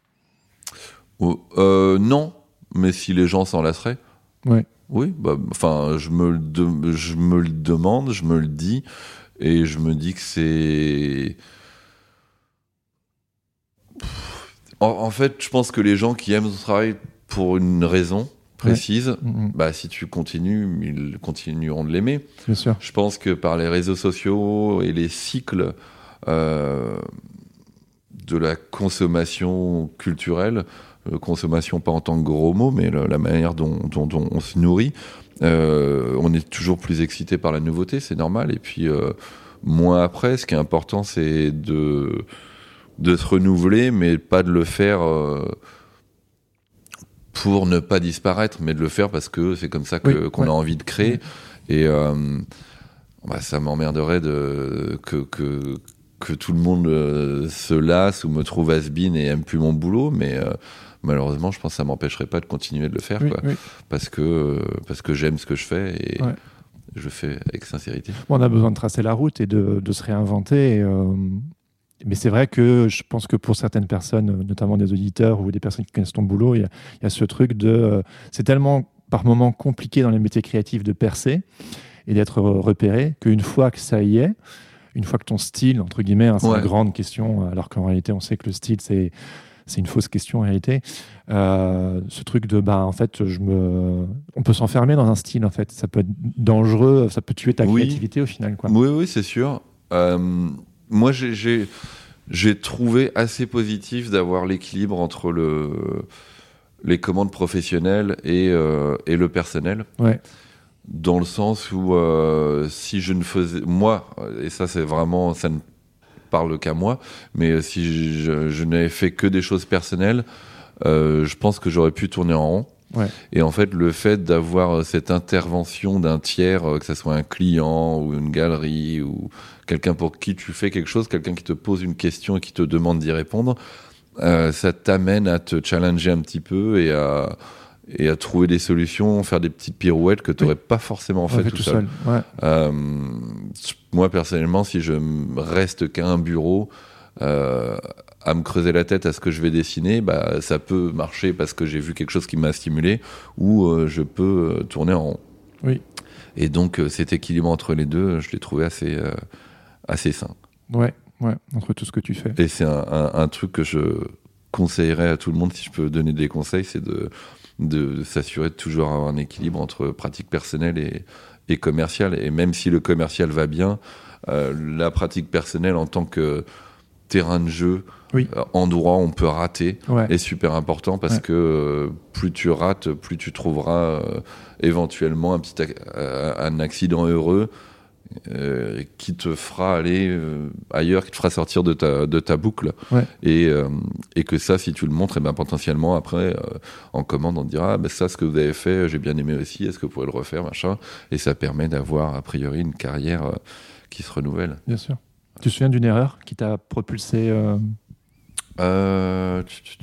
oh, euh, Non, mais si les gens s'en lasseraient. Ouais. Oui, bah, enfin, je me le de, je me le demande, je me le dis, et je me dis que c'est. En, en fait, je pense que les gens qui aiment ton travail pour une raison précise, ouais. mmh. bah, si tu continues, ils continueront de l'aimer. Bien sûr. Je pense que par les réseaux sociaux et les cycles euh, de la consommation culturelle, euh, consommation pas en tant que gros mot, mais la, la manière dont, dont, dont on se nourrit, euh, on est toujours plus excité par la nouveauté, c'est normal. Et puis, euh, moins après. Ce qui est important, c'est de, de se renouveler, mais pas de le faire euh, pour ne pas disparaître, mais de le faire parce que c'est comme ça que, oui, qu'on ouais. a envie de créer. Ouais. Et euh, bah, ça m'emmerderait de, que, que, que tout le monde euh, se lasse ou me trouve has-been et aime plus mon boulot, mais euh, malheureusement, je pense que ça m'empêcherait pas de continuer de le faire, oui, quoi, oui. Parce que, euh, parce que j'aime ce que je fais et ouais. je le fais avec sincérité. Bon, on a besoin de tracer la route et de, de se réinventer. Et, euh, mais c'est vrai que je pense que pour certaines personnes, notamment des auditeurs ou des personnes qui connaissent ton boulot, il y a, il y a ce truc de... Euh, c'est tellement par moments compliqué dans les métiers créatifs de percer et d'être repéré qu'une fois que ça y est, une fois que ton style, entre guillemets, hein, c'est ouais. une grande question, alors qu'en réalité, on sait que le style, c'est... c'est une fausse question en réalité. Euh, ce truc de, bah, en fait, je me... on peut s'enfermer dans un style, en fait. Ça peut être dangereux, ça peut tuer ta oui. créativité au final, quoi. Oui, oui, c'est sûr. Euh, moi, j'ai, j'ai, j'ai trouvé assez positif d'avoir l'équilibre entre le, les commandes professionnelles et, euh, et le personnel. Ouais. Dans le sens où, euh, si je ne faisais... Moi, et ça, c'est vraiment... Ça ne parle qu'à moi, mais si je, je n'avais fait que des choses personnelles, euh, je pense que j'aurais pu tourner en rond. Ouais. Et en fait, le fait d'avoir cette intervention d'un tiers, que ce soit un client ou une galerie ou quelqu'un pour qui tu fais quelque chose, quelqu'un qui te pose une question et qui te demande d'y répondre, euh, ça t'amène à te challenger un petit peu et à, et à trouver des solutions, faire des petites pirouettes que tu n'aurais oui. pas forcément fait, fait tout, tout seul. seul. Ouais. Euh, moi, personnellement, si je reste qu'à un bureau, euh, à me creuser la tête à ce que je vais dessiner, bah, ça peut marcher parce que j'ai vu quelque chose qui m'a stimulé, ou euh, je peux euh, tourner en rond. Oui. Et donc, euh, cet équilibre entre les deux, je l'ai trouvé assez, euh, assez sain. Ouais, ouais, entre tout ce que tu fais. Et c'est un, un, un truc que je conseillerais à tout le monde, si je peux donner des conseils, c'est de... de s'assurer de toujours avoir un équilibre entre pratique personnelle et, et commerciale. Et même si le commercial va bien, euh, la pratique personnelle en tant que terrain de jeu, oui. euh, endroit où on peut rater, ouais. est super important parce ouais. que euh, plus tu rates, plus tu trouveras euh, éventuellement un petit ac- un accident heureux Euh, qui te fera aller euh, ailleurs, qui te fera sortir de ta, de ta boucle. Ouais. Et, euh, et que ça, si tu le montres, et ben, potentiellement, après, euh, en commande, on te dira ah, ben, ça, ce que vous avez fait, j'ai bien aimé aussi, est-ce que vous pouvez le refaire, machin. Et ça permet d'avoir, a priori, une carrière euh, qui se renouvelle. Bien sûr. Tu te souviens d'une erreur qui t'a propulsé euh... Euh...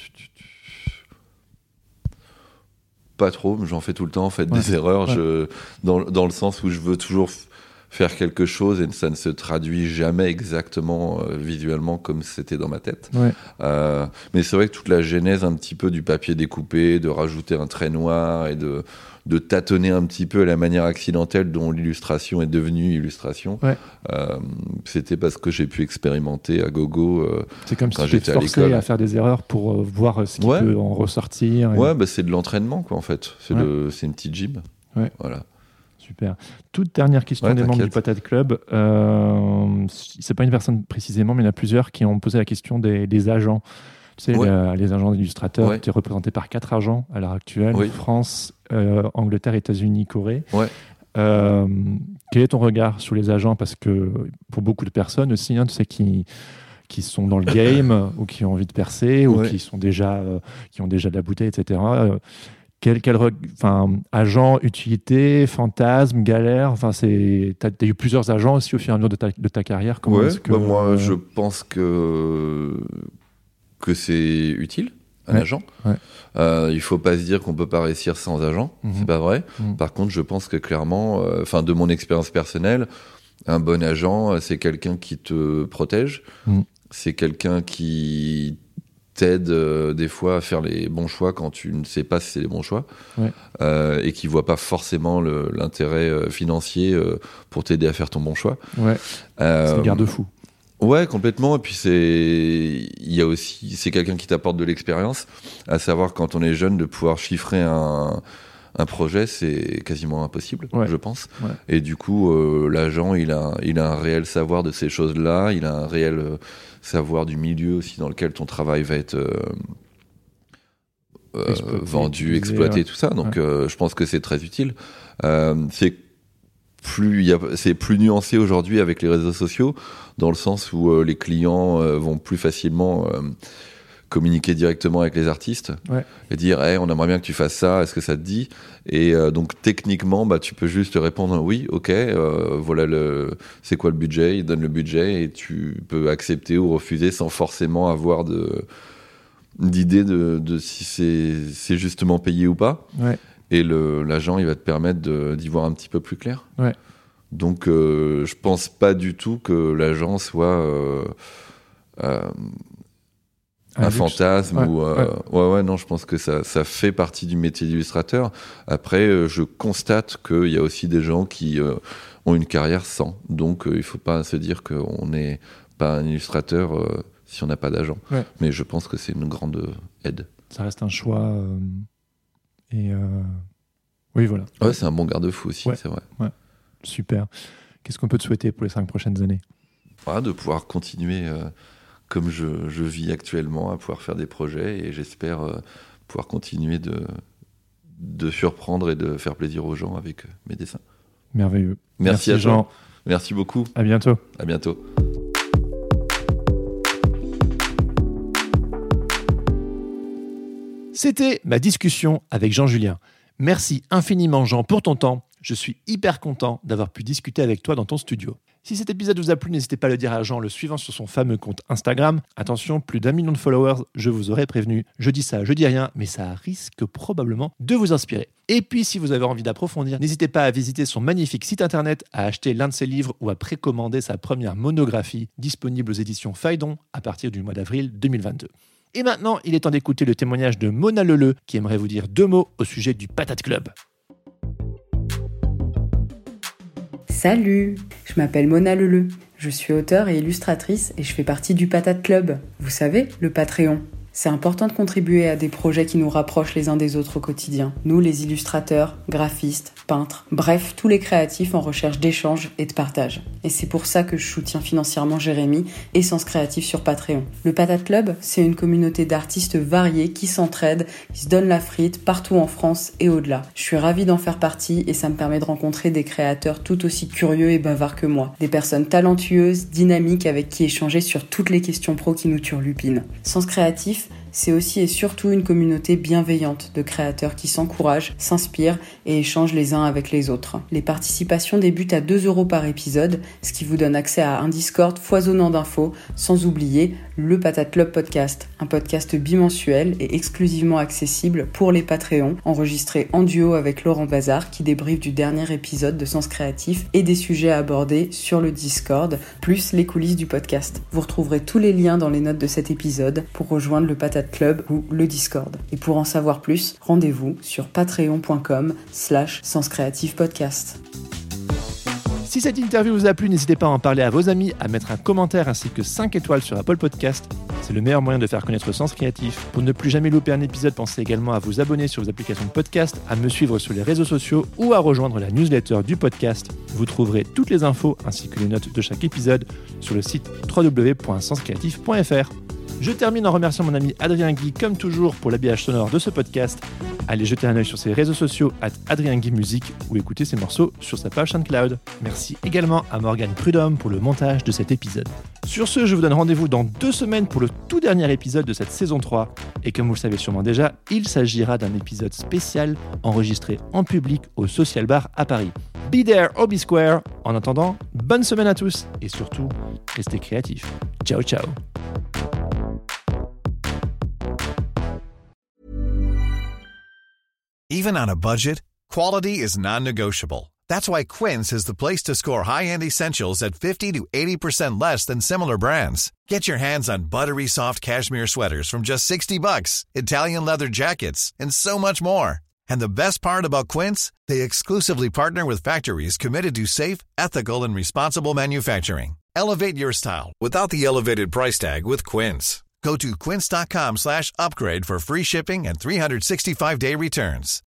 Pas trop, mais j'en fais tout le temps, en fait, ouais. des erreurs, ouais. je... dans, dans le sens où je veux toujours faire quelque chose et ça ne se traduit jamais exactement euh, visuellement comme c'était dans ma tête. Ouais. Euh, mais c'est vrai que toute la genèse un petit peu du papier découpé, de rajouter un trait noir et de, de tâtonner un petit peu la manière accidentelle dont l'illustration est devenue illustration, ouais. euh, c'était parce que j'ai pu expérimenter à gogo euh, c'est comme quand si j'étais à l'école. C'est comme si tu étais forcé à faire des erreurs pour euh, voir ce qui ouais. peut en ressortir. Et... Ouais, bah, c'est de l'entraînement, quoi, en fait. C'est, ouais. le, c'est une petite gym. Ouais. Voilà. Super. Toute dernière question ouais, des membres du Patate Club. Euh, c'est pas une personne précisément, mais il y en a plusieurs qui ont posé la question des, des agents. Tu sais, ouais. les, les agents d'illustrateurs, ouais. tu es représenté par quatre agents à l'heure actuelle. Oui. France, euh, Angleterre, États-Unis, Corée. Ouais. Euh, quel est ton regard sur les agents ? Parce que pour beaucoup de personnes aussi, hein, tu sais, qui... qui sont dans le game ou qui ont envie de percer ou ouais. qui sont déjà euh, qui ont déjà de la bouteille, et cetera. Euh, quel, quel enfin agent, utilité, fantasme, galère. Enfin c'est t'as, t'as eu plusieurs agents aussi au fur et à mesure de ta de ta carrière. Comment ouais, est-ce que bah moi euh... je pense que que c'est utile un ouais. agent. Ouais. Euh, il faut pas se dire qu'on peut pas réussir sans agent. Mm-hmm. C'est pas vrai. Mm-hmm. Par contre, je pense que clairement, enfin euh, de mon expérience personnelle, un bon agent, c'est quelqu'un qui te protège. Mm. C'est quelqu'un qui t'aide euh, des fois à faire les bons choix quand tu ne sais pas si c'est les bons choix ouais. euh, et qui voit pas forcément le, l'intérêt euh, financier euh, pour t'aider à faire ton bon choix. Ouais. Euh, c'est le garde-fou. Ouais, complètement. Et puis c'est, il y a aussi, c'est quelqu'un qui t'apporte de l'expérience, à savoir quand on est jeune de pouvoir chiffrer un un projet, c'est quasiment impossible, ouais. je pense. Ouais. Et du coup, euh, l'agent, il a, il a un réel savoir de ces choses-là, il a un réel euh, savoir du milieu aussi dans lequel ton travail va être euh, euh, exploité, vendu, utilisé, exploité, ouais. tout ça. Donc, ouais. euh, je pense que c'est très utile. Euh, c'est plus, y a, c'est plus nuancé aujourd'hui avec les réseaux sociaux, dans le sens où euh, les clients euh, vont plus facilement euh, communiquer directement avec les artistes ouais. et dire hey, on aimerait bien que tu fasses ça, est-ce que ça te dit? Et euh, donc techniquement bah, tu peux juste répondre oui, ok, euh, voilà le, c'est quoi le budget, il donne le budget et tu peux accepter ou refuser sans forcément avoir de, d'idée de, de si c'est, c'est justement payé ou pas. Ouais. Et le, l'agent il va te permettre de, d'y voir un petit peu plus clair. Ouais. Donc euh, je pense pas du tout que l'agent soit euh, euh, un, un fantasme ouais, ou euh, ouais. ouais ouais non, je pense que ça ça fait partie du métier d'illustrateur. Après euh, je constate qu'il y a aussi des gens qui euh, ont une carrière sans, donc euh, il faut pas se dire qu'on n'est pas un illustrateur euh, si on n'a pas d'agent. Ouais. Mais je pense que c'est une grande aide. Ça reste un choix euh, et euh... oui voilà. Ouais, c'est un bon garde-fou aussi, ouais. c'est vrai. Ouais. Super. Qu'est-ce qu'on peut te souhaiter pour les cinq prochaines années? Voilà, de pouvoir continuer euh, comme je, je vis actuellement, à pouvoir faire des projets, et j'espère euh, pouvoir continuer de, de surprendre et de faire plaisir aux gens avec euh, mes dessins. Merveilleux. Merci, Merci à Jean. Toi. Merci beaucoup. À bientôt. À bientôt. C'était ma discussion avec Jean Julien. Merci infiniment Jean pour ton temps. Je suis hyper content d'avoir pu discuter avec toi dans ton studio. Si cet épisode vous a plu, n'hésitez pas à le dire à Jean, le suivant sur son fameux compte Instagram. Attention, plus d'un million de followers, je vous aurais prévenu. Je dis ça, je dis rien, mais ça risque probablement de vous inspirer. Et puis, si vous avez envie d'approfondir, n'hésitez pas à visiter son magnifique site internet, à acheter l'un de ses livres ou à précommander sa première monographie, disponible aux éditions Phaidon à partir du mois d'avril deux mille vingt-deux. Et maintenant, il est temps d'écouter le témoignage de Mona Leleu, qui aimerait vous dire deux mots au sujet du Patate Club. Salut, je m'appelle Mona Leleu, je suis auteure et illustratrice et je fais partie du Patate Club, vous savez, le Patreon. C'est important de contribuer à des projets qui nous rapprochent les uns des autres au quotidien. Nous, les illustrateurs, graphistes, peintres, bref, tous les créatifs en recherche d'échange et de partage. Et c'est pour ça que je soutiens financièrement Jérémy et Sens Créatif sur Patreon. Le Patate Club, c'est une communauté d'artistes variés qui s'entraident, qui se donnent la frite partout en France et au-delà. Je suis ravie d'en faire partie et ça me permet de rencontrer des créateurs tout aussi curieux et bavards que moi. Des personnes talentueuses, dynamiques avec qui échanger sur toutes les questions pro qui nous turlupinent. Sens Créatif, c'est aussi et surtout une communauté bienveillante de créateurs qui s'encouragent, s'inspirent et échangent les uns avec les autres. Les participations débutent à deux euros par épisode, ce qui vous donne accès à un Discord foisonnant d'infos, sans oublier le Patate Club Podcast, un podcast bimensuel et exclusivement accessible pour les Patreons, enregistré en duo avec Laurent Bazar qui débriefe du dernier épisode de Sens Créatif et des sujets abordés sur le Discord, plus les coulisses du podcast. Vous retrouverez tous les liens dans les notes de cet épisode pour rejoindre le Patate Club ou le Discord. Et pour en savoir plus, rendez-vous sur patreon.com slash Sens Créatif Podcast. Si cette interview vous a plu, n'hésitez pas à en parler à vos amis, à mettre un commentaire ainsi que cinq étoiles sur Apple Podcast. C'est le meilleur moyen de faire connaître Sens Créatif. Pour ne plus jamais louper un épisode, pensez également à vous abonner sur vos applications de podcast, à me suivre sur les réseaux sociaux ou à rejoindre la newsletter du podcast. Vous trouverez toutes les infos ainsi que les notes de chaque épisode sur le site w w w point sens créatif point f r. Je termine en remerciant mon ami Adrien Guy, comme toujours, pour l'habillage sonore de ce podcast. Allez jeter un œil sur ses réseaux sociaux, at Adrien Guy Musique, ou écouter ses morceaux sur sa page SoundCloud. Merci également à Morgane Prudhomme pour le montage de cet épisode. Sur ce, je vous donne rendez-vous dans deux semaines pour le tout dernier épisode de cette saison trois. Et comme vous le savez sûrement déjà, il s'agira d'un épisode spécial enregistré en public au Social Bar à Paris. Be there or be square. En attendant, bonne semaine à tous et surtout, restez créatifs. Ciao, ciao. Even on a budget, quality is non-negotiable. That's why Quince is the place to score high-end essentials at fifty to eighty percent less than similar brands. Get your hands on buttery soft cashmere sweaters from just sixty bucks, Italian leather jackets, and so much more. And the best part about Quince, they exclusively partner with factories committed to safe, ethical, and responsible manufacturing. Elevate your style without the elevated price tag with Quince. Go to quince.com slash upgrade for free shipping and three sixty-five day returns.